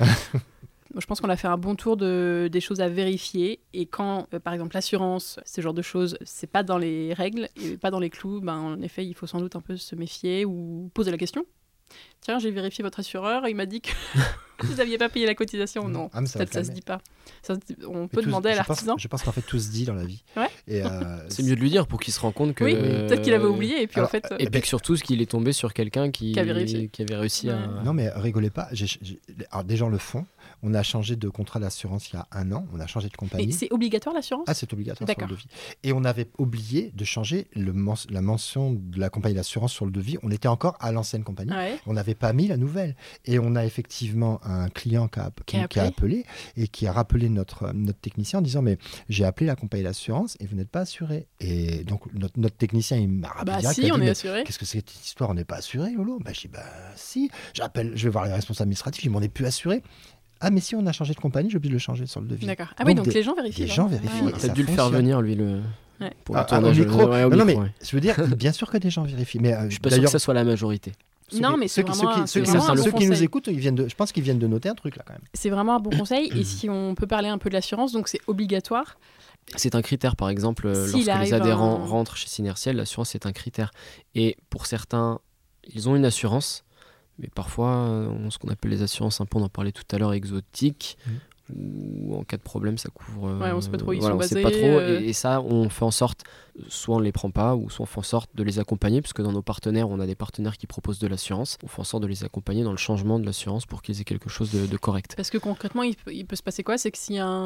Speaker 4: Je pense qu'on a fait un bon tour des choses à vérifier. Et quand, par exemple, l'assurance, ce genre de choses, c'est pas dans les règles et pas dans les clous, en effet, il faut sans doute un peu se méfier ou poser la question. Tiens, j'ai vérifié votre assureur, il m'a dit que vous n'aviez pas payé la cotisation. Non, peut-être ça se dit pas. On peut demander à l'artisan.
Speaker 3: Je pense qu'en fait, tout se dit dans la vie.
Speaker 4: Ouais.
Speaker 3: Et
Speaker 2: c'est mieux de lui dire pour qu'il se rende compte que...
Speaker 4: Oui, peut-être qu'il avait oublié. Et puis, en fait,
Speaker 2: et puis que surtout, qu'il est tombé sur quelqu'un qui avait réussi à...
Speaker 3: Non, mais rigolez pas. Alors, des gens le font. On a changé de contrat d'assurance il y a 1 an. On a changé de compagnie.
Speaker 4: Et c'est obligatoire l'assurance ?
Speaker 3: Ah, c'est obligatoire sur le devis. Et on avait oublié de changer la mention de la compagnie d'assurance sur le devis. On était encore à l'ancienne compagnie.
Speaker 4: Ouais.
Speaker 3: On n'avait pas mis la nouvelle. Et on a effectivement un client qui a appelé et qui a rappelé notre technicien en disant mais j'ai appelé la compagnie d'assurance et vous n'êtes pas assuré. Et donc notre technicien il m'a rappelé direct.
Speaker 4: Si, on est assuré.
Speaker 3: Qu'est-ce que c'est que cette histoire ? On n'est pas assuré, Lolo ? Je dis si. Je vais voir les responsables administratifs. Je dis on n'est plus assuré. Ah mais si on a changé de compagnie, j'ai oublié de le changer sur le devis.
Speaker 4: D'accord. Ah oui, donc les gens vérifient.
Speaker 3: Les gens vérifient.
Speaker 2: Ouais. T'as dû le faire venir lui
Speaker 3: pour le tournage au micro. Non mais je veux dire, bien sûr que des gens vérifient. Mais
Speaker 2: je suis pas sûr que ça soit la majorité.
Speaker 3: Ceux qui nous écoutent, je pense qu'ils viennent de noter un truc là quand même.
Speaker 4: C'est vraiment un bon conseil. Et si on peut parler un peu de l'assurance, donc c'est obligatoire.
Speaker 2: C'est un critère, par exemple, lorsque les adhérents rentrent chez Synertiel, l'assurance est un critère. Et pour certains, ils ont une assurance. Mais parfois, ce qu'on appelle les assurances, on en parlait tout à l'heure, exotiques, ou en cas de problème, ça couvre...
Speaker 4: on ne sait pas trop,
Speaker 2: on sait pas trop, et ça, on fait en sorte, soit on ne les prend pas, ou soit on fait en sorte de les accompagner, puisque dans nos partenaires, on a des partenaires qui proposent de l'assurance, on fait en sorte de les accompagner dans le changement de l'assurance pour qu'ils aient quelque chose de correct.
Speaker 4: Parce que concrètement, il peut se passer quoi ? C'est que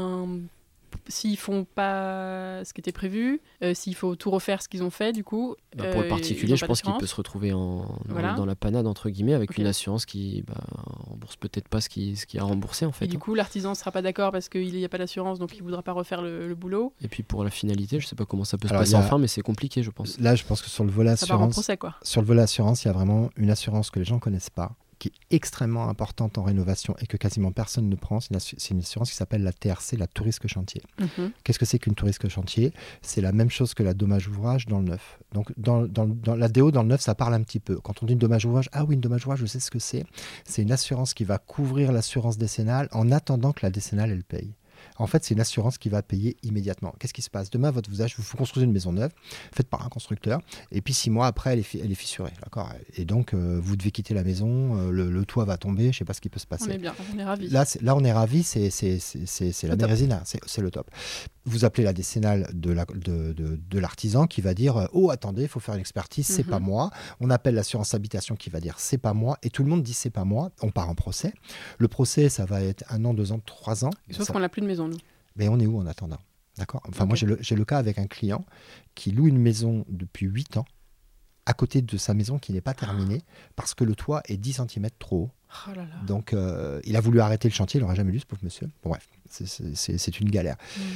Speaker 4: s'ils font pas ce qui était prévu, s'il faut tout refaire ce qu'ils ont fait, du coup...
Speaker 2: pour le particulier, je pense qu'il peut se retrouver dans la panade, entre guillemets, avec une assurance qui, en rembourse peut-être pas ce qui est remboursé en fait.
Speaker 4: Et du coup, l'artisan ne sera pas d'accord parce qu'il n'y a pas d'assurance, donc il ne voudra pas refaire le boulot.
Speaker 2: Et puis pour la finalité, je sais pas comment ça peut se passer enfin, mais c'est compliqué, je pense.
Speaker 3: Là, je pense que sur le volet
Speaker 4: Ça part en
Speaker 3: assurance,
Speaker 4: procès, quoi.
Speaker 3: sur le volet assurance, il y a vraiment une assurance que les gens ne connaissent pas, qui est extrêmement importante en rénovation et que quasiment personne ne prend. C'est une assurance qui s'appelle la TRC, la tout risque chantier. Qu'est-ce que c'est qu'une tout risque chantier? C'est la même chose que la dommage ouvrage dans le neuf. Donc dans la DO, dans le neuf, ça parle un petit peu. Quand on dit une dommage ouvrage, ah oui, une dommage ouvrage, je sais ce que c'est. C'est une assurance qui va couvrir l'assurance décennale en attendant que la décennale, elle paye. En fait, c'est une assurance qui va payer immédiatement. Qu'est-ce qui se passe? Demain, vous construisez une maison neuve, faite par un constructeur, et puis 6 mois après, elle est fissurée. D'accord? Et donc, vous devez quitter la maison, le toit va tomber, je ne sais pas ce qui peut se passer.
Speaker 4: On est bien, on est ravis.
Speaker 3: Là, on est ravis, c'est la bérésina, c'est le top. Vous appelez la décennale de l'artisan qui va dire « Oh, attendez, il faut faire une expertise, c'est pas moi ». On appelle l'assurance habitation qui va dire « C'est pas moi ». Et tout le monde dit « C'est pas moi ». On part en procès. Le procès, ça va être 1 an, 2 ans, 3 ans.
Speaker 4: Sauf qu'on n'a plus de maison, nous.
Speaker 3: Mais on est où en attendant? D'accord. Enfin, moi, j'ai le cas avec un client qui loue une maison depuis 8 ans à côté de sa maison qui n'est pas terminée parce que le toit est 10 cm trop haut.
Speaker 4: Oh là là.
Speaker 3: Donc, il a voulu arrêter le chantier, il n'aura jamais lu, ce pauvre monsieur. Bon, bref, c'est une galère.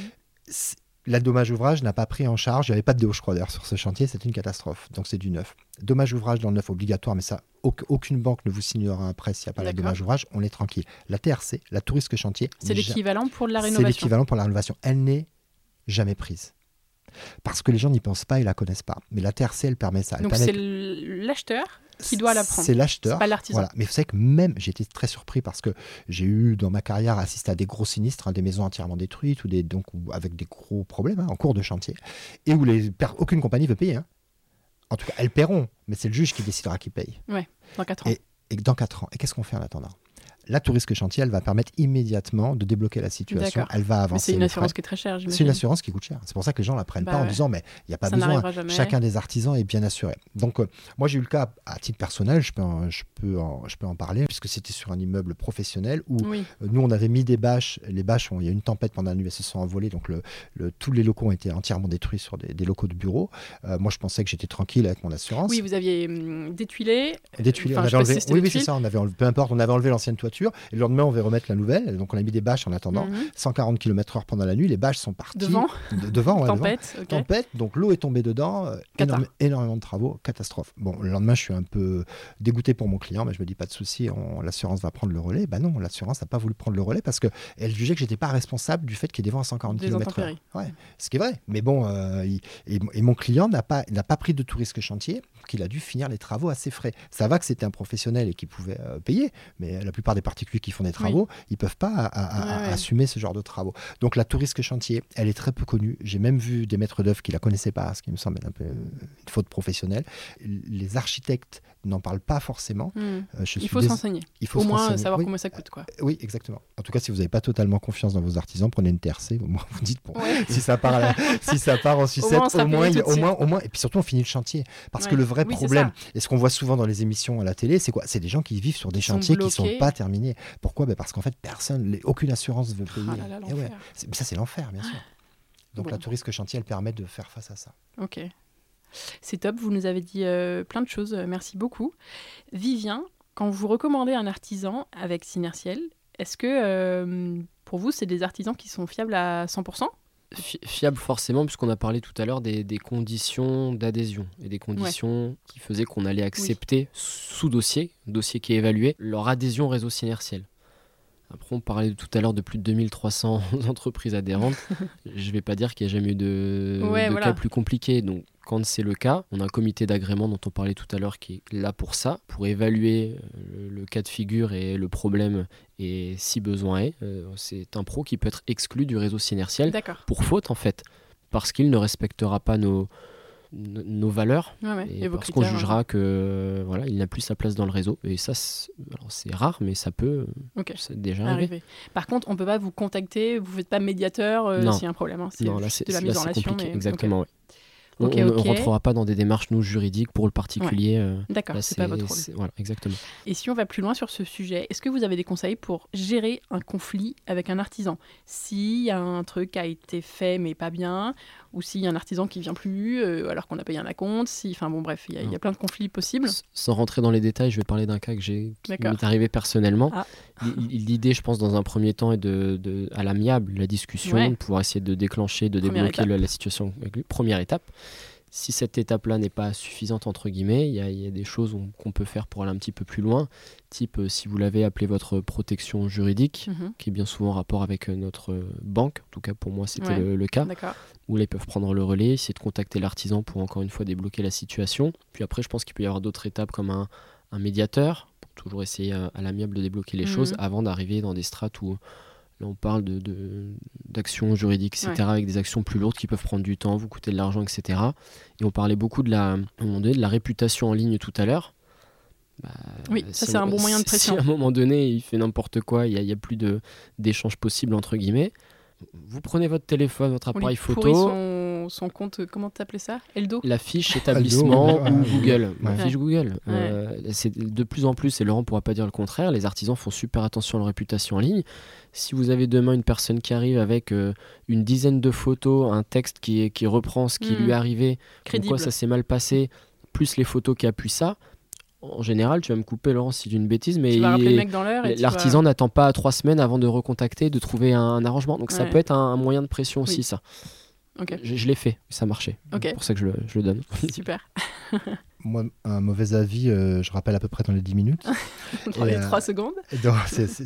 Speaker 3: La dommage ouvrage n'a pas pris en charge, il n'y avait pas de DO, je crois, d'ailleurs, sur ce chantier, c'est une catastrophe. Donc, c'est du neuf. Dommage ouvrage dans le neuf obligatoire, mais ça, aucune banque ne vous signera un prêt s'il n'y a pas la dommage ouvrage, on est tranquille. La TRC, la tout risque chantier.
Speaker 4: C'est l'équivalent pour la rénovation.
Speaker 3: C'est l'équivalent pour la rénovation. Elle n'est jamais prise. Parce que les gens n'y pensent pas et la connaissent pas. Mais la TRC, elle permet ça.
Speaker 4: Donc, c'est l'acheteur qui doit la prendre.
Speaker 3: C'est l'acheteur.
Speaker 4: C'est pas l'artisan.
Speaker 3: Voilà. Mais vous savez que même, j'ai été très surpris parce que j'ai eu dans ma carrière assisté à des gros sinistres, des maisons entièrement détruites ou avec des gros problèmes en cours de chantier et où aucune compagnie veut payer. En tout cas, elles paieront, mais c'est le juge qui décidera qui paye.
Speaker 4: Ouais, dans 4 ans.
Speaker 3: Et dans 4 ans. Et qu'est-ce qu'on fait en attendant? La tout risque chantier, elle va permettre immédiatement de débloquer la situation.
Speaker 4: D'accord.
Speaker 3: Elle va avancer.
Speaker 4: Mais c'est une assurance qui est très chère, j'imagine.
Speaker 3: C'est une assurance qui coûte cher. C'est pour ça que les gens ne la prennent pas en disant mais il n'y a pas besoin. Chacun des artisans est bien assuré. Donc moi j'ai eu le cas à titre personnel, je peux en parler puisque c'était sur un immeuble professionnel où nous on avait mis des bâches. Les bâches, il y a eu une tempête pendant la nuit, elles se sont envolées. Donc tous les locaux ont été entièrement détruits sur des locaux de bureau. Moi je pensais que j'étais tranquille avec mon assurance.
Speaker 4: Oui, vous aviez détuilé.
Speaker 3: On avait enlevé. Oui, c'est ça. Peu importe, on avait enlevé l'ancienne toiture et le lendemain on va remettre la nouvelle. Donc on a mis des bâches en attendant. 140 km/h pendant la nuit. Les bâches sont parties. Devant,
Speaker 4: tempête. Okay.
Speaker 3: Tempête. Donc l'eau est tombée dedans. Énormément de travaux. Catastrophe. Bon, le lendemain, je suis un peu dégoûté pour mon client, mais je me dis pas de souci. L'assurance va prendre le relais. Ben non, l'assurance n'a pas voulu prendre le relais parce qu'elle jugeait que j'étais pas responsable du fait qu'il y ait des vents à 140 km/h. Ouais, ce qui est vrai. Mais bon, et mon client n'a pas pris de tout risque chantier, qu'il a dû finir les travaux à ses frais. Ça va que c'était un professionnel et qu'il pouvait payer, mais la plupart des particuliers qui font des travaux, ils peuvent pas assumer ce genre de travaux. Donc la tout risque chantier, elle est très peu connue. J'ai même vu des maîtres d'œuvre qui la connaissaient pas, ce qui me semble être un peu une faute professionnelle. Les architectes n'en parlent pas forcément.
Speaker 4: Il faut s'enseigner. Au moins savoir combien ça coûte, quoi.
Speaker 3: Oui, exactement. En tout cas, si vous n'avez pas totalement confiance dans vos artisans, prenez une TRC. Au moins, vous dites si ça part en sucette, au moins. Et puis surtout, on finit le chantier. Parce que le vrai problème, et ce qu'on voit souvent dans les émissions à la télé, c'est quoi? C'est des gens qui vivent sur des chantiers qui ne sont pas terminés. Pourquoi? Parce qu'en fait, aucune assurance ne veut payer. Ça, c'est l'enfer, bien sûr. Donc la tout risque chantier, elle permet de faire face à ça.
Speaker 4: Ok. C'est top, vous nous avez dit plein de choses, merci beaucoup. Vivien, quand vous recommandez un artisan avec Synertiel, est-ce que pour vous, c'est des artisans qui sont fiables à 100%?
Speaker 2: Fiable forcément, puisqu'on a parlé tout à l'heure des conditions d'adhésion et des conditions qui faisaient qu'on allait accepter sous dossier qui est évalué, leur adhésion au réseau Synertiel. Après, on parlait tout à l'heure de plus de 2300 entreprises adhérentes. Je ne vais pas dire qu'il n'y a jamais eu de cas plus compliqués. Donc, quand c'est le cas, on a un comité d'agrément dont on parlait tout à l'heure qui est là pour ça, pour évaluer le cas de figure et le problème, et si besoin est. C'est un pro qui peut être exclu du réseau Synertiel pour faute, en fait, parce qu'il ne respectera pas nos valeurs et parce qu'on jugera que il n'a plus sa place dans le réseau, et ça c'est rare, mais ça peut déjà arriver.
Speaker 4: Par contre, on peut pas vous contacter, vous faites pas médiateur s'il y a un problème, c'est
Speaker 2: non, là,
Speaker 4: de la mise en relation,
Speaker 2: exactement. On ne rentrera pas dans des démarches juridiques pour le particulier.
Speaker 4: D'accord, c'est pas votre rôle.
Speaker 2: Voilà, exactement.
Speaker 4: Et si on va plus loin sur ce sujet, est-ce que vous avez des conseils pour gérer un conflit avec un artisan ? S'il y a un truc qui a été fait mais pas bien, ou s'il y a un artisan qui vient plus alors qu'on a payé un acompte, enfin bon bref, il y a plein de conflits possibles.
Speaker 2: Sans rentrer dans les détails, je vais parler d'un cas qui m'est arrivé personnellement. L'idée, je pense, dans un premier temps est à l'amiable, la discussion, de pouvoir essayer de déclencher, de débloquer la situation. Première étape. Si cette étape-là n'est pas suffisante, entre guillemets, il y a des choses qu'on peut faire pour aller un petit peu plus loin. Type, si vous l'avez appelé votre protection juridique, qui est bien souvent en rapport avec notre banque, en tout cas pour moi c'était le cas, où là ils peuvent prendre le relais, essayer de contacter l'artisan pour encore une fois débloquer la situation. Puis après, je pense qu'il peut y avoir d'autres étapes comme un médiateur, pour toujours essayer à l'amiable de débloquer les choses avant d'arriver dans des strates où... Là, on parle d'actions juridiques, etc., avec des actions plus lourdes qui peuvent prendre du temps, vous coûter de l'argent, etc. Et on parlait beaucoup de la réputation en ligne tout à l'heure.
Speaker 4: Ça c'est un bon moyen de pression.
Speaker 2: Si à un moment donné, il fait n'importe quoi, il n'y a plus d'échange possible, entre guillemets, vous prenez votre téléphone, votre appareil photo...
Speaker 4: Son compte, comment t'appelais ça ? Eldo ?
Speaker 2: La fiche établissement ou Google. La fiche Google. C'est de plus en plus, et Laurent ne pourra pas dire le contraire, les artisans font super attention à leur réputation en ligne. Si vous avez demain une personne qui arrive avec une dizaine de photos, un texte qui reprend ce qui lui est arrivé, comme quoi ça s'est mal passé, plus les photos qui appuient ça, en général, tu vas me couper, Laurent, si j'ai une bêtise, mais
Speaker 4: le mec dans l'heure
Speaker 2: l'artisan n'attend pas 3 semaines avant de recontacter, de trouver un arrangement. Donc ça peut être un moyen de pression aussi, ça.
Speaker 4: Okay.
Speaker 2: Je l'ai fait, ça marchait. C'est pour ça que je le donne.
Speaker 4: Super.
Speaker 3: Moi, un mauvais avis, je rappelle à peu près dans les 10 minutes.
Speaker 4: Dans les 3 secondes.
Speaker 3: Donc,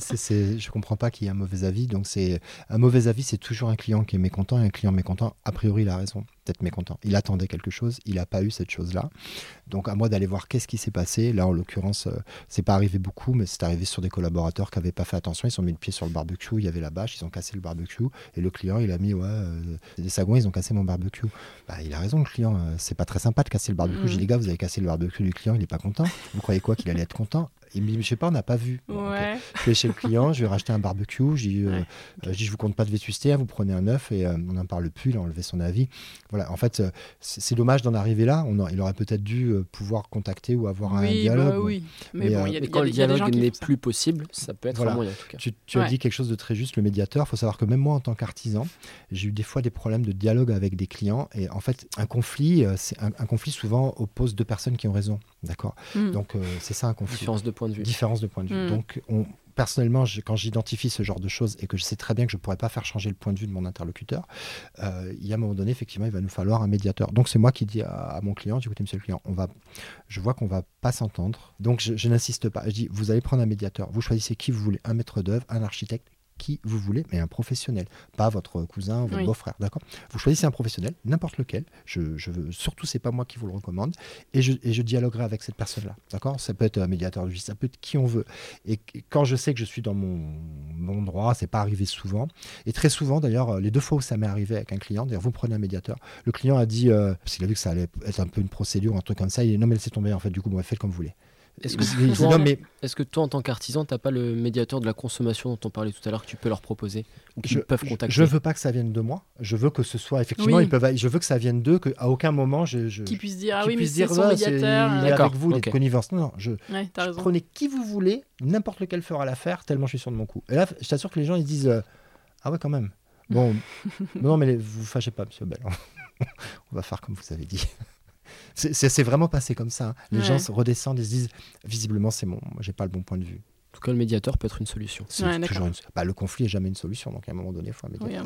Speaker 3: je comprends pas qu'il y ait un mauvais avis. Donc, un mauvais avis, c'est toujours un client qui est mécontent. Et un client mécontent, a priori, il a raison d'être mécontent. Il attendait quelque chose, il n'a pas eu cette chose-là. Donc, à moi d'aller voir qu'est-ce qui s'est passé. Là, en l'occurrence, c'est pas arrivé beaucoup, mais c'est arrivé sur des collaborateurs qui n'avaient pas fait attention. Ils ont mis le pied sur le barbecue, il y avait la bâche, ils ont cassé le barbecue. Et le client, il a mis des sagouins, ils ont cassé mon barbecue. Il a raison, le client. C'est pas très sympa de casser le barbecue. J'ai dit, les gars, vous avez cassé le barbecue du client, il n'est pas content. Vous croyez quoi qu'il allait être content? Il me dit, je sais pas, on n'a pas vu. Je vais chez le client, je vais racheter un barbecue. Je dis, je vous compte pas de vétusté, vous prenez un œuf et on n'en parle plus. Il a enlevé son avis. Voilà, en fait, c'est dommage d'en arriver là. Il aurait peut-être dû pouvoir contacter ou avoir un dialogue.
Speaker 4: Mais bon,
Speaker 2: quand le dialogue n'est plus possible, ça peut être un moyen en tout cas.
Speaker 3: Tu as dit quelque chose de très juste, le médiateur. Il faut savoir que même moi, en tant qu'artisan, j'ai eu des fois des problèmes de dialogue avec des clients. Et en fait, un conflit, un conflit souvent oppose 2 personnes qui ont raison. D'accord. Donc, c'est ça un conflit.
Speaker 2: Différence de point de vue.
Speaker 3: Différence de point de vue. Donc, personnellement, quand j'identifie ce genre de choses et que je sais très bien que je ne pourrais pas faire changer le point de vue de mon interlocuteur, il y a un moment donné, effectivement, il va nous falloir un médiateur. Donc, c'est moi qui dis à mon client, écoutez, monsieur le client, je vois qu'on ne va pas s'entendre. Donc, je n'insiste pas. Je dis, vous allez prendre un médiateur. Vous choisissez qui vous voulez, un maître d'œuvre, un architecte, qui vous voulez, mais un professionnel, pas votre cousin, votre beau-frère, d'accord ? Vous choisissez un professionnel, n'importe lequel. Surtout, c'est pas moi qui vous le recommande, et je dialoguerai avec cette personne-là, d'accord ? Ça peut être un médiateur de justice, ça peut être qui on veut. Et quand je sais que je suis dans mon droit, c'est pas arrivé souvent, et très souvent, d'ailleurs, les 2 fois où ça m'est arrivé avec un client, d'ailleurs, vous prenez un médiateur, le client a dit, parce qu'il a vu que ça allait être un peu une procédure, un truc comme ça, il dit non mais laissez tomber, en fait, du coup, faites comme vous voulez.
Speaker 2: Est-ce que toi, en tant qu'artisan, tu n'as pas le médiateur de la consommation dont on parlait tout à l'heure que tu peux leur proposer ou qu'ils peuvent contacter ?
Speaker 3: Je ne veux pas que ça vienne de moi. Je veux que ce soit effectivement, je veux que ça vienne d'eux, qu'à aucun moment
Speaker 4: qu'ils puissent dire mais c'est son médiateur.
Speaker 3: Il est avec vous, il est de connivence. Non, prenez qui vous voulez, n'importe lequel fera l'affaire, tellement je suis sûr de mon coup. Et là, je t'assure que les gens ils disent ah ouais quand même. Bon, non mais vous fâchez pas, monsieur Bell. On va faire comme vous avez dit. C'est vraiment passé comme ça. Les gens se redescendent et se disent visiblement c'est moi j'ai pas le bon point de vue.
Speaker 2: En tout cas, le médiateur peut être une solution.
Speaker 3: Toujours le conflit est jamais une solution, donc à un moment donné il faut un médiateur.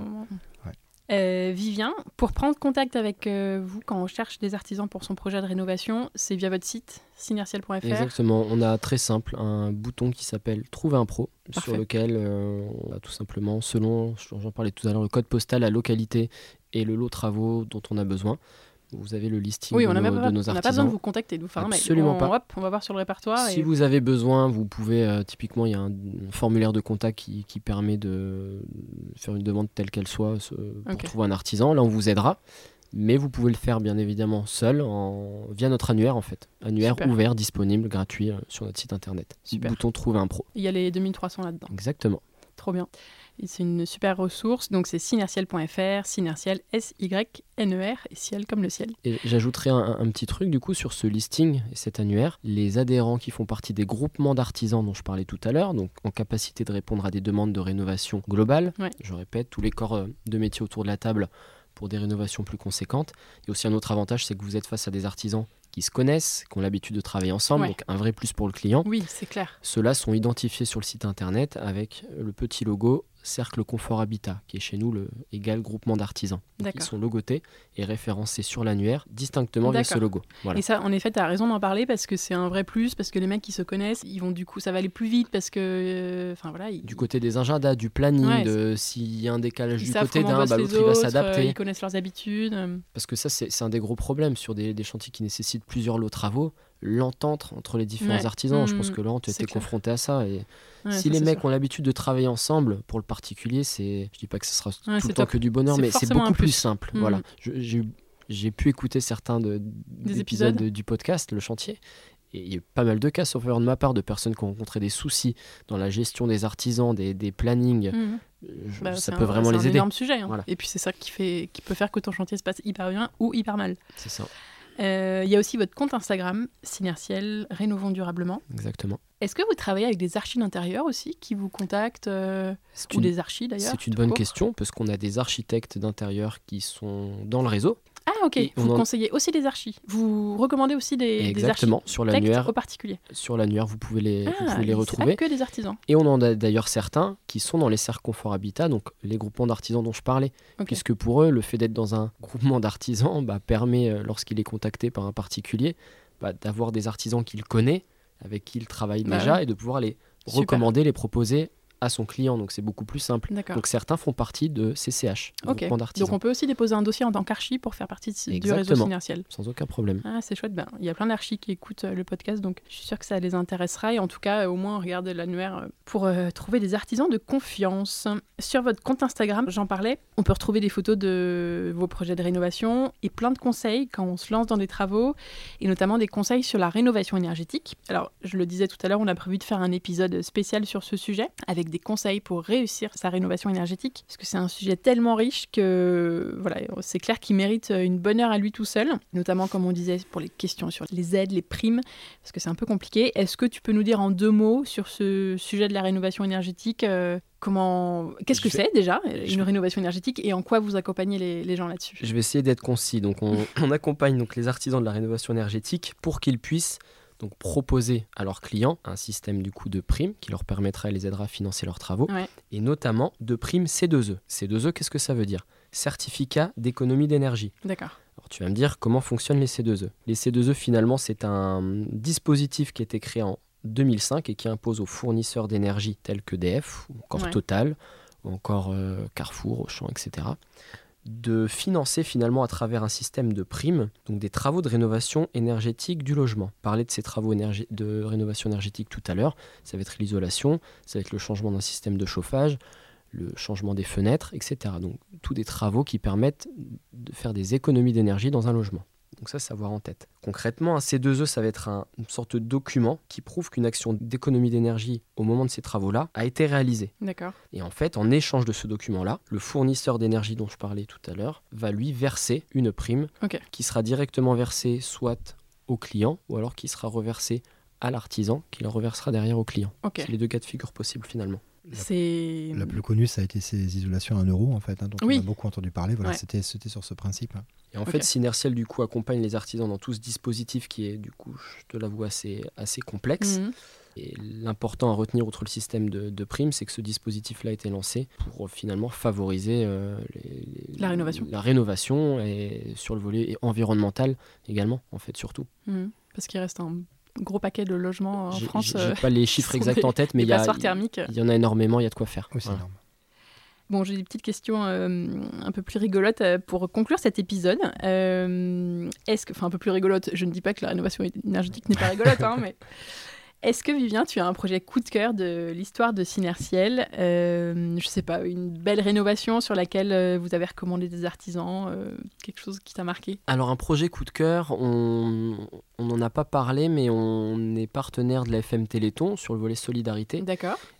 Speaker 4: Vivien, pour prendre contact avec vous quand on cherche des artisans pour son projet de rénovation, c'est via votre site synertiel.fr.
Speaker 2: Exactement, on a très simple un bouton qui s'appelle Trouver un pro. Parfait. Sur lequel on a tout simplement, selon, j'en parlais tout à l'heure, le code postal, la localité et le lot travaux dont on a besoin. Vous avez le listing de nos artisans.
Speaker 4: On n'a pas besoin de vous contacter, de vous faire un mail.
Speaker 2: Absolument pas.
Speaker 4: Hop, on va voir sur le répertoire.
Speaker 2: Si vous avez besoin, vous pouvez, typiquement, il y a un formulaire de contact qui permet de faire une demande telle qu'elle soit pour trouver un artisan. Là, on vous aidera. Mais vous pouvez le faire, bien évidemment, seul, via notre annuaire, en fait. Annuaire ouvert, disponible, gratuit sur notre site internet.
Speaker 4: Super.
Speaker 2: Bouton Trouver un pro.
Speaker 4: Il y a les 2300 là-dedans.
Speaker 2: Exactement.
Speaker 4: Trop bien. Et c'est une super ressource. Donc, c'est synertiel.fr, Synertiel, S-Y-N-E-R, et ciel comme le ciel.
Speaker 2: Et j'ajouterai un petit truc du coup sur ce listing et cet annuaire. Les adhérents qui font partie des groupements d'artisans dont je parlais tout à l'heure, donc en capacité de répondre à des demandes de rénovation globale, je répète, tous les corps de métier autour de la table pour des rénovations plus conséquentes. Et aussi un autre avantage, c'est que vous êtes face à des artisans qui se connaissent, qui ont l'habitude de travailler ensemble, donc un vrai plus pour le client.
Speaker 4: Oui, c'est clair.
Speaker 2: Ceux-là sont identifiés sur le site internet avec le petit logo Cercle Confort Habitat, qui est chez nous le égal groupement d'artisans. Donc, ils sont logotés et référencés sur l'annuaire distinctement via ce logo. Voilà.
Speaker 4: Et ça, en effet, tu as raison d'en parler parce que c'est un vrai plus, parce que les mecs qui se connaissent, ils vont du coup, ça va aller plus vite parce que...
Speaker 2: Du côté des agendas, du planning, s'il y a un décalage du côté d'un, l'autre il va s'adapter.
Speaker 4: Ils connaissent leurs habitudes.
Speaker 2: Parce que ça, c'est un des gros problèmes sur des chantiers qui nécessitent plusieurs lots de travaux. L'entente entre les différents artisans, je pense que Laurent, tu étais confronté à ça. Et si les mecs ont l'habitude de travailler ensemble, pour le particulier, je dis pas que ce sera tout le temps que du bonheur, mais c'est beaucoup plus simple. Voilà. J'ai pu écouter certains des épisodes du podcast, Le Chantier, et il y a eu pas mal de cas, sauf erreur de ma part, de personnes qui ont rencontré des soucis dans la gestion des artisans, des plannings. Ça peut vraiment les aider.
Speaker 4: C'est un énorme sujet.
Speaker 2: Voilà.
Speaker 4: Et puis c'est ça qui peut faire que ton chantier se passe hyper bien ou hyper mal.
Speaker 2: C'est ça.
Speaker 4: Il y a aussi votre compte Instagram, Synertiel, Rénovons durablement.
Speaker 2: Exactement.
Speaker 4: Est-ce que vous travaillez avec des archis d'intérieur aussi qui vous contactent ou des archis d'ailleurs?
Speaker 2: C'est une bonne question parce qu'on a des architectes d'intérieur qui sont dans le réseau.
Speaker 4: Ah ok, vous conseillez aussi des archis. Vous recommandez aussi des
Speaker 2: Exactement, sur l'annuaire.
Speaker 4: Aux particuliers.
Speaker 2: Sur l'annuaire, vous pouvez les retrouver.
Speaker 4: C'est pas que des artisans.
Speaker 2: Et on en a d'ailleurs certains qui sont dans les cercles confort habitat, donc les groupements d'artisans dont je parlais. Puisque pour eux, le fait d'être dans un groupement d'artisans permet, lorsqu'il est contacté par un particulier, d'avoir des artisans qu'il connaît, avec qui il travaille déjà, et de pouvoir les recommander, les proposer à son client, donc c'est beaucoup plus simple.
Speaker 4: D'accord.
Speaker 2: Donc certains font partie de CCH, groupement d'artisans.
Speaker 4: Donc on peut aussi déposer un dossier en tant qu'archi pour faire partie du réseau Synertiel.
Speaker 2: Sans aucun problème.
Speaker 4: Ah, c'est chouette, il y a plein d'archis qui écoutent le podcast, donc je suis sûre que ça les intéressera, et en tout cas, au moins, regardez l'annuaire pour trouver des artisans de confiance. Sur votre compte Instagram, j'en parlais, on peut retrouver des photos de vos projets de rénovation et plein de conseils quand on se lance dans des travaux, et notamment des conseils sur la rénovation énergétique. Alors, je le disais tout à l'heure, on a prévu de faire un épisode spécial sur ce sujet, avec des conseils pour réussir sa rénovation énergétique, parce que c'est un sujet tellement riche que c'est clair qu'il mérite une bonne heure à lui tout seul, notamment comme on disait pour les questions sur les aides, les primes, parce que c'est un peu compliqué. Est-ce que tu peux nous dire en 2 mots sur ce sujet de la rénovation énergétique, qu'est-ce que c'est déjà une rénovation énergétique et en quoi vous accompagnez les gens là-dessus?
Speaker 2: Je vais essayer d'être concis. Donc on accompagne donc les artisans de la rénovation énergétique pour qu'ils puissent donc proposer à leurs clients un système du coup de primes qui leur permettra et les aidera à financer leurs travaux, et notamment de primes C2E. C2E, qu'est-ce que ça veut dire? Certificat d'économie d'énergie.
Speaker 4: D'accord.
Speaker 2: Alors tu vas me dire comment fonctionnent les C2E. Les C2E, finalement, c'est un dispositif qui a été créé en 2005 et qui impose aux fournisseurs d'énergie tels qu'EDF, ou encore Total, ou encore Carrefour, Auchan, etc., de financer finalement à travers un système de primes, donc des travaux de rénovation énergétique du logement. Parler de ces travaux de rénovation énergétique tout à l'heure, ça va être l'isolation, ça va être le changement d'un système de chauffage, le changement des fenêtres, etc. Donc tous des travaux qui permettent de faire des économies d'énergie dans un logement. Donc ça, c'est à avoir en tête. Concrètement, un C2E, ça va être une sorte de document qui prouve qu'une action d'économie d'énergie au moment de ces travaux-là a été réalisée.
Speaker 4: D'accord.
Speaker 2: Et en fait, en échange de ce document-là, le fournisseur d'énergie dont je parlais tout à l'heure va lui verser une prime qui sera directement versée soit au client ou alors qui sera reversée à l'artisan qui la reversera derrière au client. C'est les 2 cas de figure possibles finalement.
Speaker 3: La plus connue, ça a été ces isolations à 1 euro, en fait, dont on a beaucoup entendu parler. Voilà, c'était sur ce principe.
Speaker 2: Et en fait, Synertiel, du coup, accompagne les artisans dans tout ce dispositif qui est, du coup, je te l'avoue, assez complexe. Et l'important à retenir, outre le système de primes, c'est que ce dispositif-là a été lancé pour finalement favoriser
Speaker 4: la
Speaker 2: rénovation et sur le volet environnemental également, en fait, surtout.
Speaker 4: Parce qu'il reste un gros paquet de logements en France.
Speaker 2: J'ai pas les chiffres exacts en tête, mais il y en a énormément, il y a de quoi faire.
Speaker 3: C'est énorme.
Speaker 4: Bon, j'ai des petites questions un peu plus rigolotes pour conclure cet épisode. Un peu plus rigolote, je ne dis pas que la rénovation énergétique n'est pas rigolote, mais est-ce que, Vivien, tu as un projet coup de cœur de l'histoire de Synertiel, je sais pas, une belle rénovation sur laquelle vous avez recommandé des artisans, quelque chose qui t'a marqué? Alors,
Speaker 2: un projet coup de cœur, on n'en a pas parlé, mais on est partenaire de la FM Téléthon sur le volet solidarité.
Speaker 4: D'accord.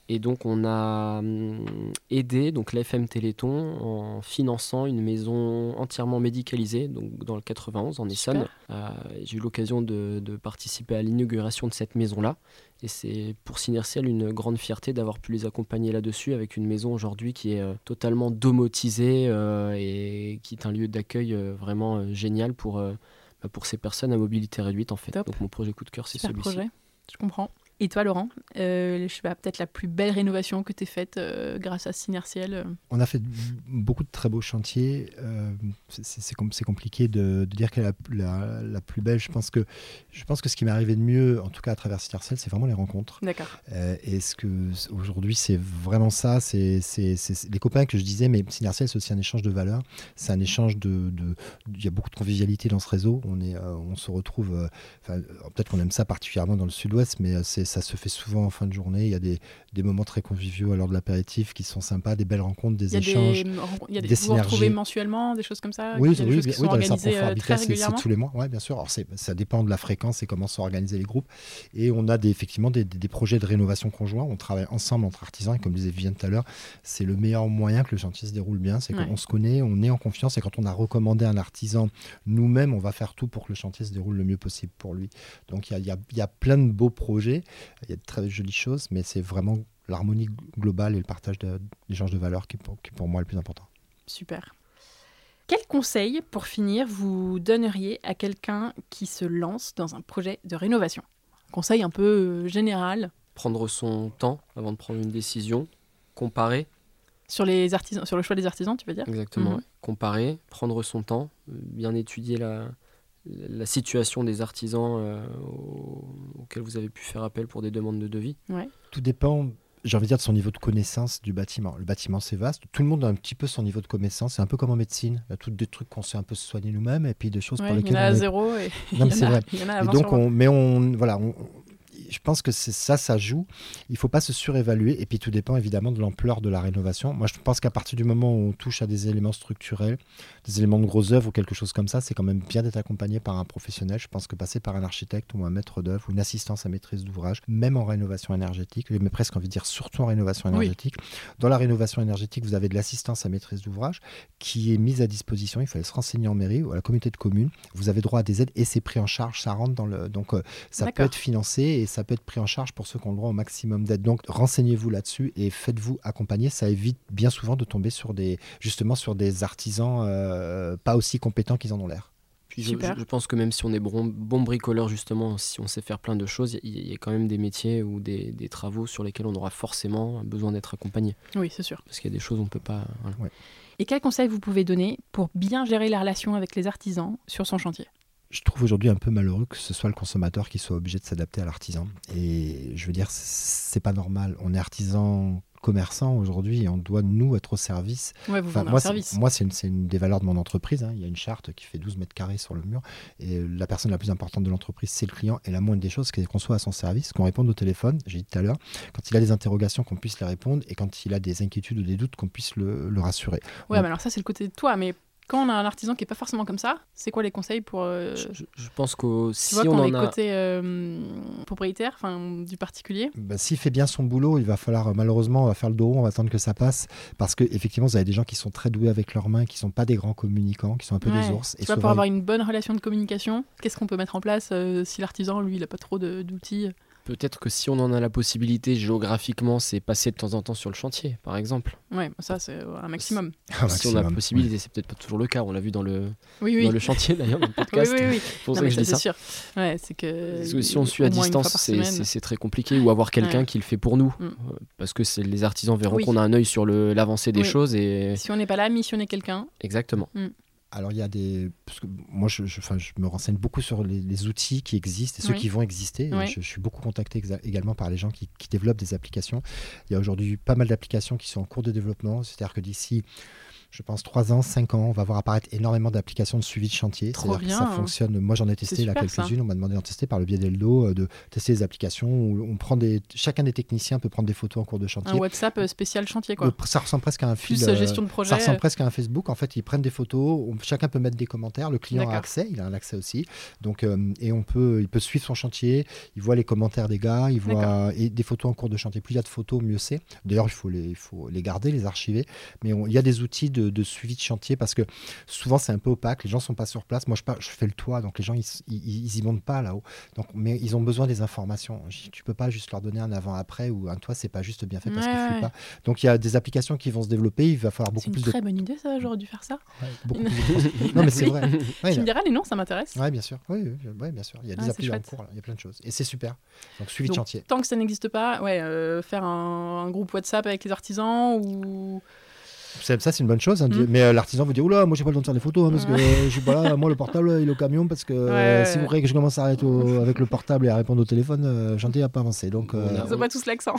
Speaker 2: Et donc on a aidé donc l'FM Téléthon en finançant une maison entièrement médicalisée donc dans le 91 en Essonne. J'ai eu l'occasion de participer à l'inauguration de cette maison-là. Et c'est pour Synertiel une grande fierté d'avoir pu les accompagner là-dessus avec une maison aujourd'hui qui est totalement domotisée et qui est un lieu d'accueil vraiment génial pour ces personnes à mobilité réduite en fait.
Speaker 4: Top.
Speaker 2: Donc mon projet coup de cœur c'est
Speaker 4: Super
Speaker 2: celui-ci.
Speaker 4: projet, je comprends. Et toi Laurent, je sais pas, peut-être la plus belle rénovation que tu aies faite grâce à Synertiel
Speaker 3: On a fait beaucoup de très beaux chantiers. C'est compliqué de dire quelle est la plus belle. Je pense que ce qui m'est arrivé de mieux, en tout cas à travers Synertiel, c'est vraiment les rencontres.
Speaker 4: D'accord.
Speaker 3: Et aujourd'hui, c'est vraiment ça. C'est les copains que je disais, mais Synertiel, c'est aussi un échange de valeurs. C'est un échange il y a beaucoup de convivialité dans ce réseau. On se retrouve. Peut-être qu'on aime ça particulièrement dans le Sud-Ouest, mais ça se fait souvent en fin de journée. Il y a des moments très conviviaux à l'heure de l'apéritif qui sont sympas, des belles rencontres, des échanges,
Speaker 4: il y a
Speaker 3: des
Speaker 4: vous vous
Speaker 3: synergies.
Speaker 4: Retrouvez mensuellement, des choses comme ça.
Speaker 3: Oui,
Speaker 4: il y a des choses qui sont
Speaker 3: dans les centres
Speaker 4: organisées
Speaker 3: confort
Speaker 4: très
Speaker 3: habitat, c'est
Speaker 4: régulièrement.
Speaker 3: tous les mois. Oui, bien sûr. Alors, ça dépend de la fréquence et comment sont organisés les groupes. Et on a effectivement des projets de rénovation conjoints. On travaille ensemble entre artisans. Et comme disait Viviane tout à l'heure, c'est le meilleur moyen que le chantier se déroule bien. C'est qu'on se connaît, on est en confiance. Et quand on a recommandé un artisan, nous-mêmes, on va faire tout pour que le chantier se déroule le mieux possible pour lui. Donc, il y a plein de beaux projets. Il y a de très jolies choses, mais c'est vraiment l'harmonie globale et le partage d'échanges de valeurs qui est pour moi le plus important.
Speaker 4: Super. Quel conseil, pour finir, vous donneriez à quelqu'un qui se lance dans un projet de rénovation ? Conseil un peu général.
Speaker 2: Prendre son temps avant de prendre une décision, comparer.
Speaker 4: Sur le choix des artisans, tu veux dire ?
Speaker 2: Exactement, ouais. Comparer, prendre son temps, bien étudier la situation des artisans auxquels vous avez pu faire appel pour des demandes de devis.
Speaker 4: Ouais.
Speaker 3: Tout dépend, j'ai envie de dire, de son niveau de connaissance du bâtiment. Le bâtiment, c'est vaste. Tout le monde a un petit peu son niveau de connaissance. C'est un peu comme en médecine. Il y a tous des trucs qu'on sait un peu se soigner nous-mêmes et puis des choses pour lesquelles
Speaker 4: il y en a à zéro et
Speaker 3: non, mais c'est vrai.
Speaker 4: il y en a à
Speaker 3: et
Speaker 4: 20
Speaker 3: donc,
Speaker 4: sur 20.
Speaker 3: Je pense que ça joue. Il ne faut pas se surévaluer. Et puis, tout dépend évidemment de l'ampleur de la rénovation. Moi, je pense qu'à partir du moment où on touche à des éléments structurels, des éléments de gros œuvre ou quelque chose comme ça, c'est quand même bien d'être accompagné par un professionnel. Je pense que passer par un architecte ou un maître d'œuvre ou une assistance à maîtrise d'ouvrage, même en rénovation énergétique, mais presque envie de dire surtout en rénovation énergétique. Oui. Dans la rénovation énergétique, vous avez de l'assistance à maîtrise d'ouvrage qui est mise à disposition. Il fallait se renseigner en mairie ou à la communauté de communes. Vous avez droit à des aides et c'est pris en charge. Ça rentre dans le... Donc, ça peut être financé et ça peut être pris en charge pour ceux qui ont le droit au maximum d'aide. Donc, renseignez-vous là-dessus et faites-vous accompagner. Ça évite bien souvent de tomber sur des artisans pas aussi compétents qu'ils en ont l'air.
Speaker 2: Puis je pense que même si on est bon bricoleur, justement, si on sait faire plein de choses, il y a quand même des métiers ou des travaux sur lesquels on aura forcément besoin d'être accompagné.
Speaker 4: Oui, c'est sûr.
Speaker 2: Parce qu'il y a des choses on ne peut pas... Voilà.
Speaker 3: Ouais.
Speaker 4: Et quels conseils vous pouvez donner pour bien gérer la relation avec les artisans sur son chantier ?
Speaker 3: Je trouve aujourd'hui un peu malheureux que ce soit le consommateur qui soit obligé de s'adapter à l'artisan. Et je veux dire, c'est pas normal. On est artisan commerçant aujourd'hui et on doit, nous, être au service.
Speaker 4: Ouais, vous vendez un service.
Speaker 3: Moi, c'est une des valeurs de mon entreprise. Il y a une charte qui fait 12 mètres carrés sur le mur. Et la personne la plus importante de l'entreprise, c'est le client. Et la moindre des choses, c'est qu'on soit à son service, qu'on réponde au téléphone, j'ai dit tout à l'heure, quand il a des interrogations, qu'on puisse les répondre et quand il a des inquiétudes ou des doutes, qu'on puisse le rassurer.
Speaker 4: Ouais, mais alors ça, c'est le côté de toi. Mais quand on a un artisan qui n'est pas forcément comme ça, c'est quoi les conseils pour...
Speaker 2: Je pense que si
Speaker 4: on
Speaker 2: en
Speaker 4: est
Speaker 2: a...
Speaker 4: côté propriétaire, du particulier.
Speaker 3: S'il fait bien son boulot, il va falloir, malheureusement, on va faire le dos rond, on va attendre que ça passe. Parce qu'effectivement, vous avez des gens qui sont très doués avec leurs mains, qui ne sont pas des grands communicants, qui sont un peu des ours.
Speaker 4: Tu vois, pour avoir une bonne relation de communication, qu'est-ce qu'on peut mettre en place si l'artisan, lui, il n'a pas trop d'outils ?
Speaker 2: Peut-être que si on en a la possibilité géographiquement, c'est passer de temps en temps sur le chantier, par exemple.
Speaker 4: Ouais, ça c'est un maximum.
Speaker 2: Si on a la possibilité, c'est peut-être pas toujours le cas. On l'a vu dans le chantier d'ailleurs, dans le podcast.
Speaker 4: Oui.
Speaker 2: C'est pour ça que je dis ça.
Speaker 4: C'est sûr. Ouais, c'est que...
Speaker 2: Parce que si on suit à distance, c'est très compliqué. Ou avoir quelqu'un qui le fait pour nous. Parce que les artisans verront qu'on a un œil sur l'avancée des choses. Et...
Speaker 4: Si on n'est pas là, missionner quelqu'un.
Speaker 2: Exactement.
Speaker 3: Alors, il y a parce que moi, je me renseigne beaucoup sur les outils qui existent et ceux qui vont exister. Je suis beaucoup contacté également par les gens qui développent des applications. Il y a aujourd'hui pas mal d'applications qui sont en cours de développement. C'est-à-dire que d'ici je pense 3 ans, 5 ans, on va voir apparaître énormément d'applications de suivi de chantier.
Speaker 4: Trop bien.
Speaker 3: Que ça fonctionne. Moi, j'en ai testé là quelques-unes. On m'a demandé d'en tester par le biais d'Eldo, de tester des applications où on prend chacun des techniciens peut prendre des photos en cours de chantier.
Speaker 4: Un WhatsApp spécial chantier, quoi.
Speaker 3: Ça ressemble presque à un fil.
Speaker 4: Gestion de projet.
Speaker 3: Ça ressemble presque à un Facebook. En fait, ils prennent des photos. Chacun peut mettre des commentaires. Le client a accès. Il a un accès aussi. Donc, et il peut suivre son chantier. Il voit les commentaires des gars. Il voit et des photos en cours de chantier. Plus il y a de photos, mieux c'est. D'ailleurs, il faut les garder, les archiver. Mais il y a des outils de suivi de chantier parce que souvent c'est un peu opaque, les gens sont pas sur place. Moi je fais le toit, donc les gens ils y montent pas là-haut. Donc, mais ils ont besoin des informations. Tu peux pas juste leur donner un avant-après ou un toit, c'est pas juste bien fait parce qu'il fuit pas. Donc il y a des applications qui vont se développer, il va falloir beaucoup plus de...
Speaker 4: C'est une très bonne idée ça, j'aurais dû faire ça.
Speaker 3: Beaucoup plus non mais c'est vrai.
Speaker 4: Tu me diras les noms, ça m'intéresse.
Speaker 3: Oui bien sûr, bien sûr. Il y a des applis en cours, il y a plein de choses. Et c'est super. Donc suivi de chantier.
Speaker 4: Tant que ça n'existe pas, faire un groupe WhatsApp avec les artisans ou...
Speaker 3: Ça, c'est une bonne chose, hein, mais l'artisan vous dit oula, moi j'ai pas le temps de faire des photos parce que je suis pas là, moi le portable il est au camion parce que si vous croyez que je commence à arrêter avec le portable et à répondre au téléphone, chantier n'a pas avancé. Donc,
Speaker 4: ils n'ont pas tous l'accent.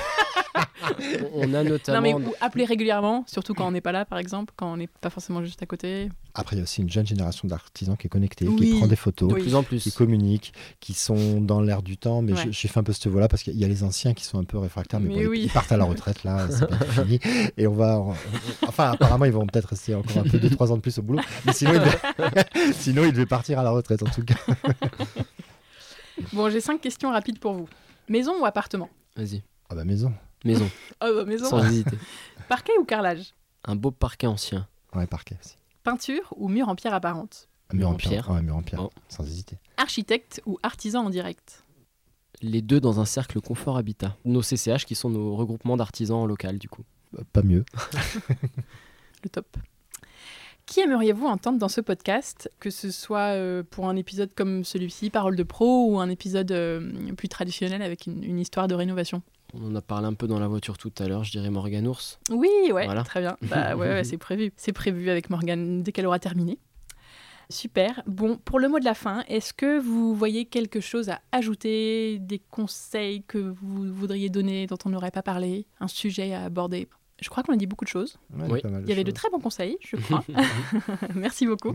Speaker 2: On a notamment...
Speaker 4: Non mais appeler régulièrement, surtout quand on n'est pas là par exemple, quand on n'est pas forcément juste à côté.
Speaker 3: Après il y a aussi une jeune génération d'artisans qui est connectée, qui prend des photos,
Speaker 2: de plus en plus,
Speaker 3: qui communique, qui sont dans l'air du temps, mais j'ai fait un peu ce voie-là parce qu'il y a les anciens qui sont un peu réfractaires, mais bon, ils partent à la retraite là, c'est bien fini, et on va... Enfin apparemment ils vont peut-être rester encore un peu 2-3 ans de plus au boulot, mais sinon ils devaient partir à la retraite en tout cas.
Speaker 4: Bon, j'ai 5 questions rapides pour vous. Maison ou appartement ?
Speaker 2: Vas-y.
Speaker 3: Ah bah maison.
Speaker 2: Maison.
Speaker 4: Maison.
Speaker 2: Sans hésiter.
Speaker 4: Parquet ou carrelage ?
Speaker 2: Un beau parquet ancien.
Speaker 3: Ouais, parquet aussi.
Speaker 4: Peinture ou mur en pierre apparente ?
Speaker 3: Mur en pierre. Ouais, mur en pierre, sans hésiter.
Speaker 4: Architecte ou artisan en direct ?
Speaker 2: Les deux dans un cercle confort habitat. Nos CCH qui sont nos regroupements d'artisans en local du coup.
Speaker 3: Pas mieux.
Speaker 4: Le top. Qui aimeriez-vous entendre dans ce podcast, que ce soit pour un épisode comme celui-ci, Parole de Pro, ou un épisode plus traditionnel avec une histoire de rénovation ?
Speaker 2: On en a parlé un peu dans la voiture tout à l'heure, je dirais Morgane Ours.
Speaker 4: Oui,
Speaker 2: voilà. Très
Speaker 4: bien. Bah, c'est prévu. C'est prévu avec Morgane dès qu'elle aura terminé. Super. Bon, pour le mot de la fin, est-ce que vous voyez quelque chose à ajouter, des conseils que vous voudriez donner dont on n'aurait pas parlé, un sujet à aborder ? Je crois qu'on a dit beaucoup de choses.
Speaker 2: Oui.
Speaker 4: Il y avait de très bons conseils, je crois. Merci beaucoup.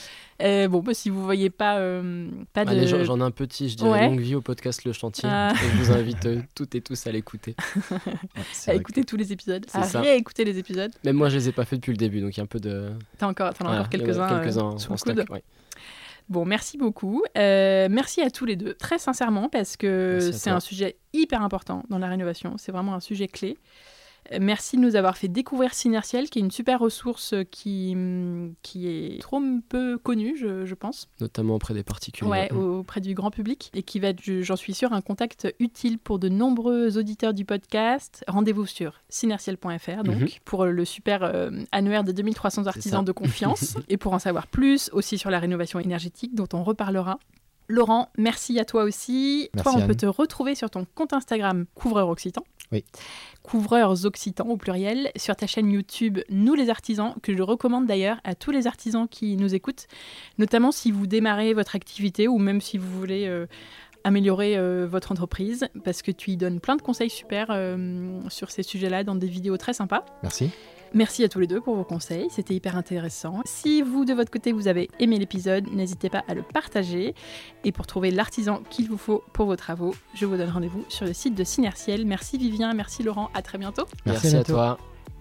Speaker 4: Si vous voyez pas
Speaker 2: Allez, j'en ai un petit, je dirais longue vie au podcast Le Chantier. Et je vous invite toutes et tous à l'écouter.
Speaker 4: À écouter tous les épisodes, réécouter les épisodes.
Speaker 2: Même moi, je les ai pas fait depuis le début, donc il y a un peu de...
Speaker 4: T'en as encore quelques-uns sous le coude.
Speaker 2: Ouais.
Speaker 4: Bon, merci beaucoup. Merci à tous les deux, très sincèrement, parce que c'est un sujet hyper important dans la rénovation. C'est vraiment un sujet clé. Merci de nous avoir fait découvrir Synertiel, qui est une super ressource qui est trop peu connue, je pense.
Speaker 2: Notamment auprès des particuliers.
Speaker 4: Ouais, auprès du grand public. Et qui va être, j'en suis sûre, un contact utile pour de nombreux auditeurs du podcast. Rendez-vous sur synertiel.fr, donc, pour le super annuaire de 2300 artisans de confiance. Et pour en savoir plus, aussi sur la rénovation énergétique, dont on reparlera. Laurent, merci à toi aussi.
Speaker 3: Merci,
Speaker 4: toi, on
Speaker 3: Anne.
Speaker 4: peut te retrouver sur ton compte Instagram Couvreur Occitan.
Speaker 3: Oui.
Speaker 4: Couvreurs Occitan au pluriel, sur ta chaîne YouTube Nous les artisans, que je recommande d'ailleurs à tous les artisans qui nous écoutent, notamment si vous démarrez votre activité ou même si vous voulez améliorer votre entreprise, parce que tu y donnes plein de conseils super sur ces sujets-là dans des vidéos très sympas.
Speaker 3: Merci.
Speaker 4: Merci à tous les deux pour vos conseils, c'était hyper intéressant. Si vous, de votre côté, vous avez aimé l'épisode, n'hésitez pas à le partager. Et pour trouver l'artisan qu'il vous faut pour vos travaux, je vous donne rendez-vous sur le site de Synertiel. Merci Vivien, merci Laurent, à très bientôt.
Speaker 2: Merci à toi.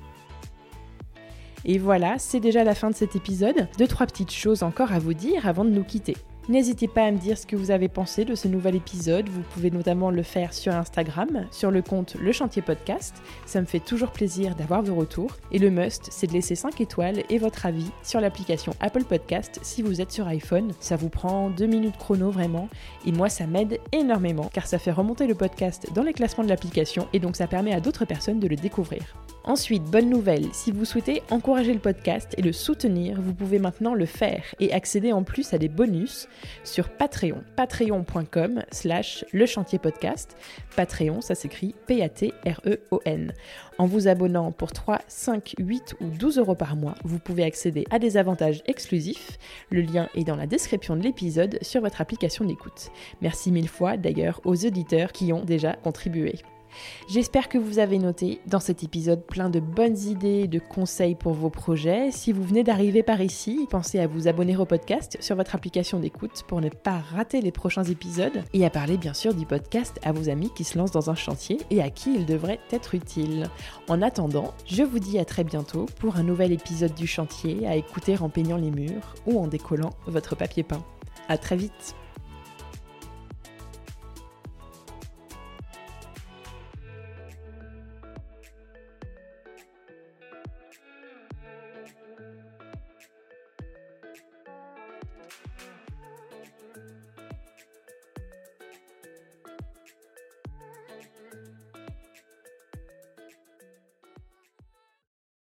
Speaker 1: Et voilà, c'est déjà la fin de cet épisode. 2-3 petites choses encore à vous dire avant de nous quitter. N'hésitez pas à me dire ce que vous avez pensé de ce nouvel épisode. Vous pouvez notamment le faire sur Instagram, sur le compte Le Chantier Podcast. Ça me fait toujours plaisir d'avoir vos retours. Et le must, c'est de laisser 5 étoiles et votre avis sur l'application Apple Podcast si vous êtes sur iPhone. Ça vous prend 2 minutes chrono vraiment. Et moi, ça m'aide énormément car ça fait remonter le podcast dans les classements de l'application et donc ça permet à d'autres personnes de le découvrir. Ensuite, bonne nouvelle, si vous souhaitez encourager le podcast et le soutenir, vous pouvez maintenant le faire et accéder en plus à des bonus sur Patreon, patreon.com/lechantier-podcast. Patreon, ça s'écrit Patreon. En vous abonnant pour 3, 5, 8 ou 12 € par mois, vous pouvez accéder à des avantages exclusifs. Le lien est dans la description de l'épisode sur votre application d'écoute. Merci 1000 fois d'ailleurs aux auditeurs qui ont déjà contribué. J'espère que vous avez noté dans cet épisode plein de bonnes idées et de conseils pour vos projets. Si vous venez d'arriver par ici, pensez à vous abonner au podcast sur votre application d'écoute pour ne pas rater les prochains épisodes et à parler bien sûr du podcast à vos amis qui se lancent dans un chantier et à qui il devrait être utile. En attendant, je vous dis à très bientôt pour un nouvel épisode du chantier à écouter en peignant les murs ou en décollant votre papier peint. À très vite!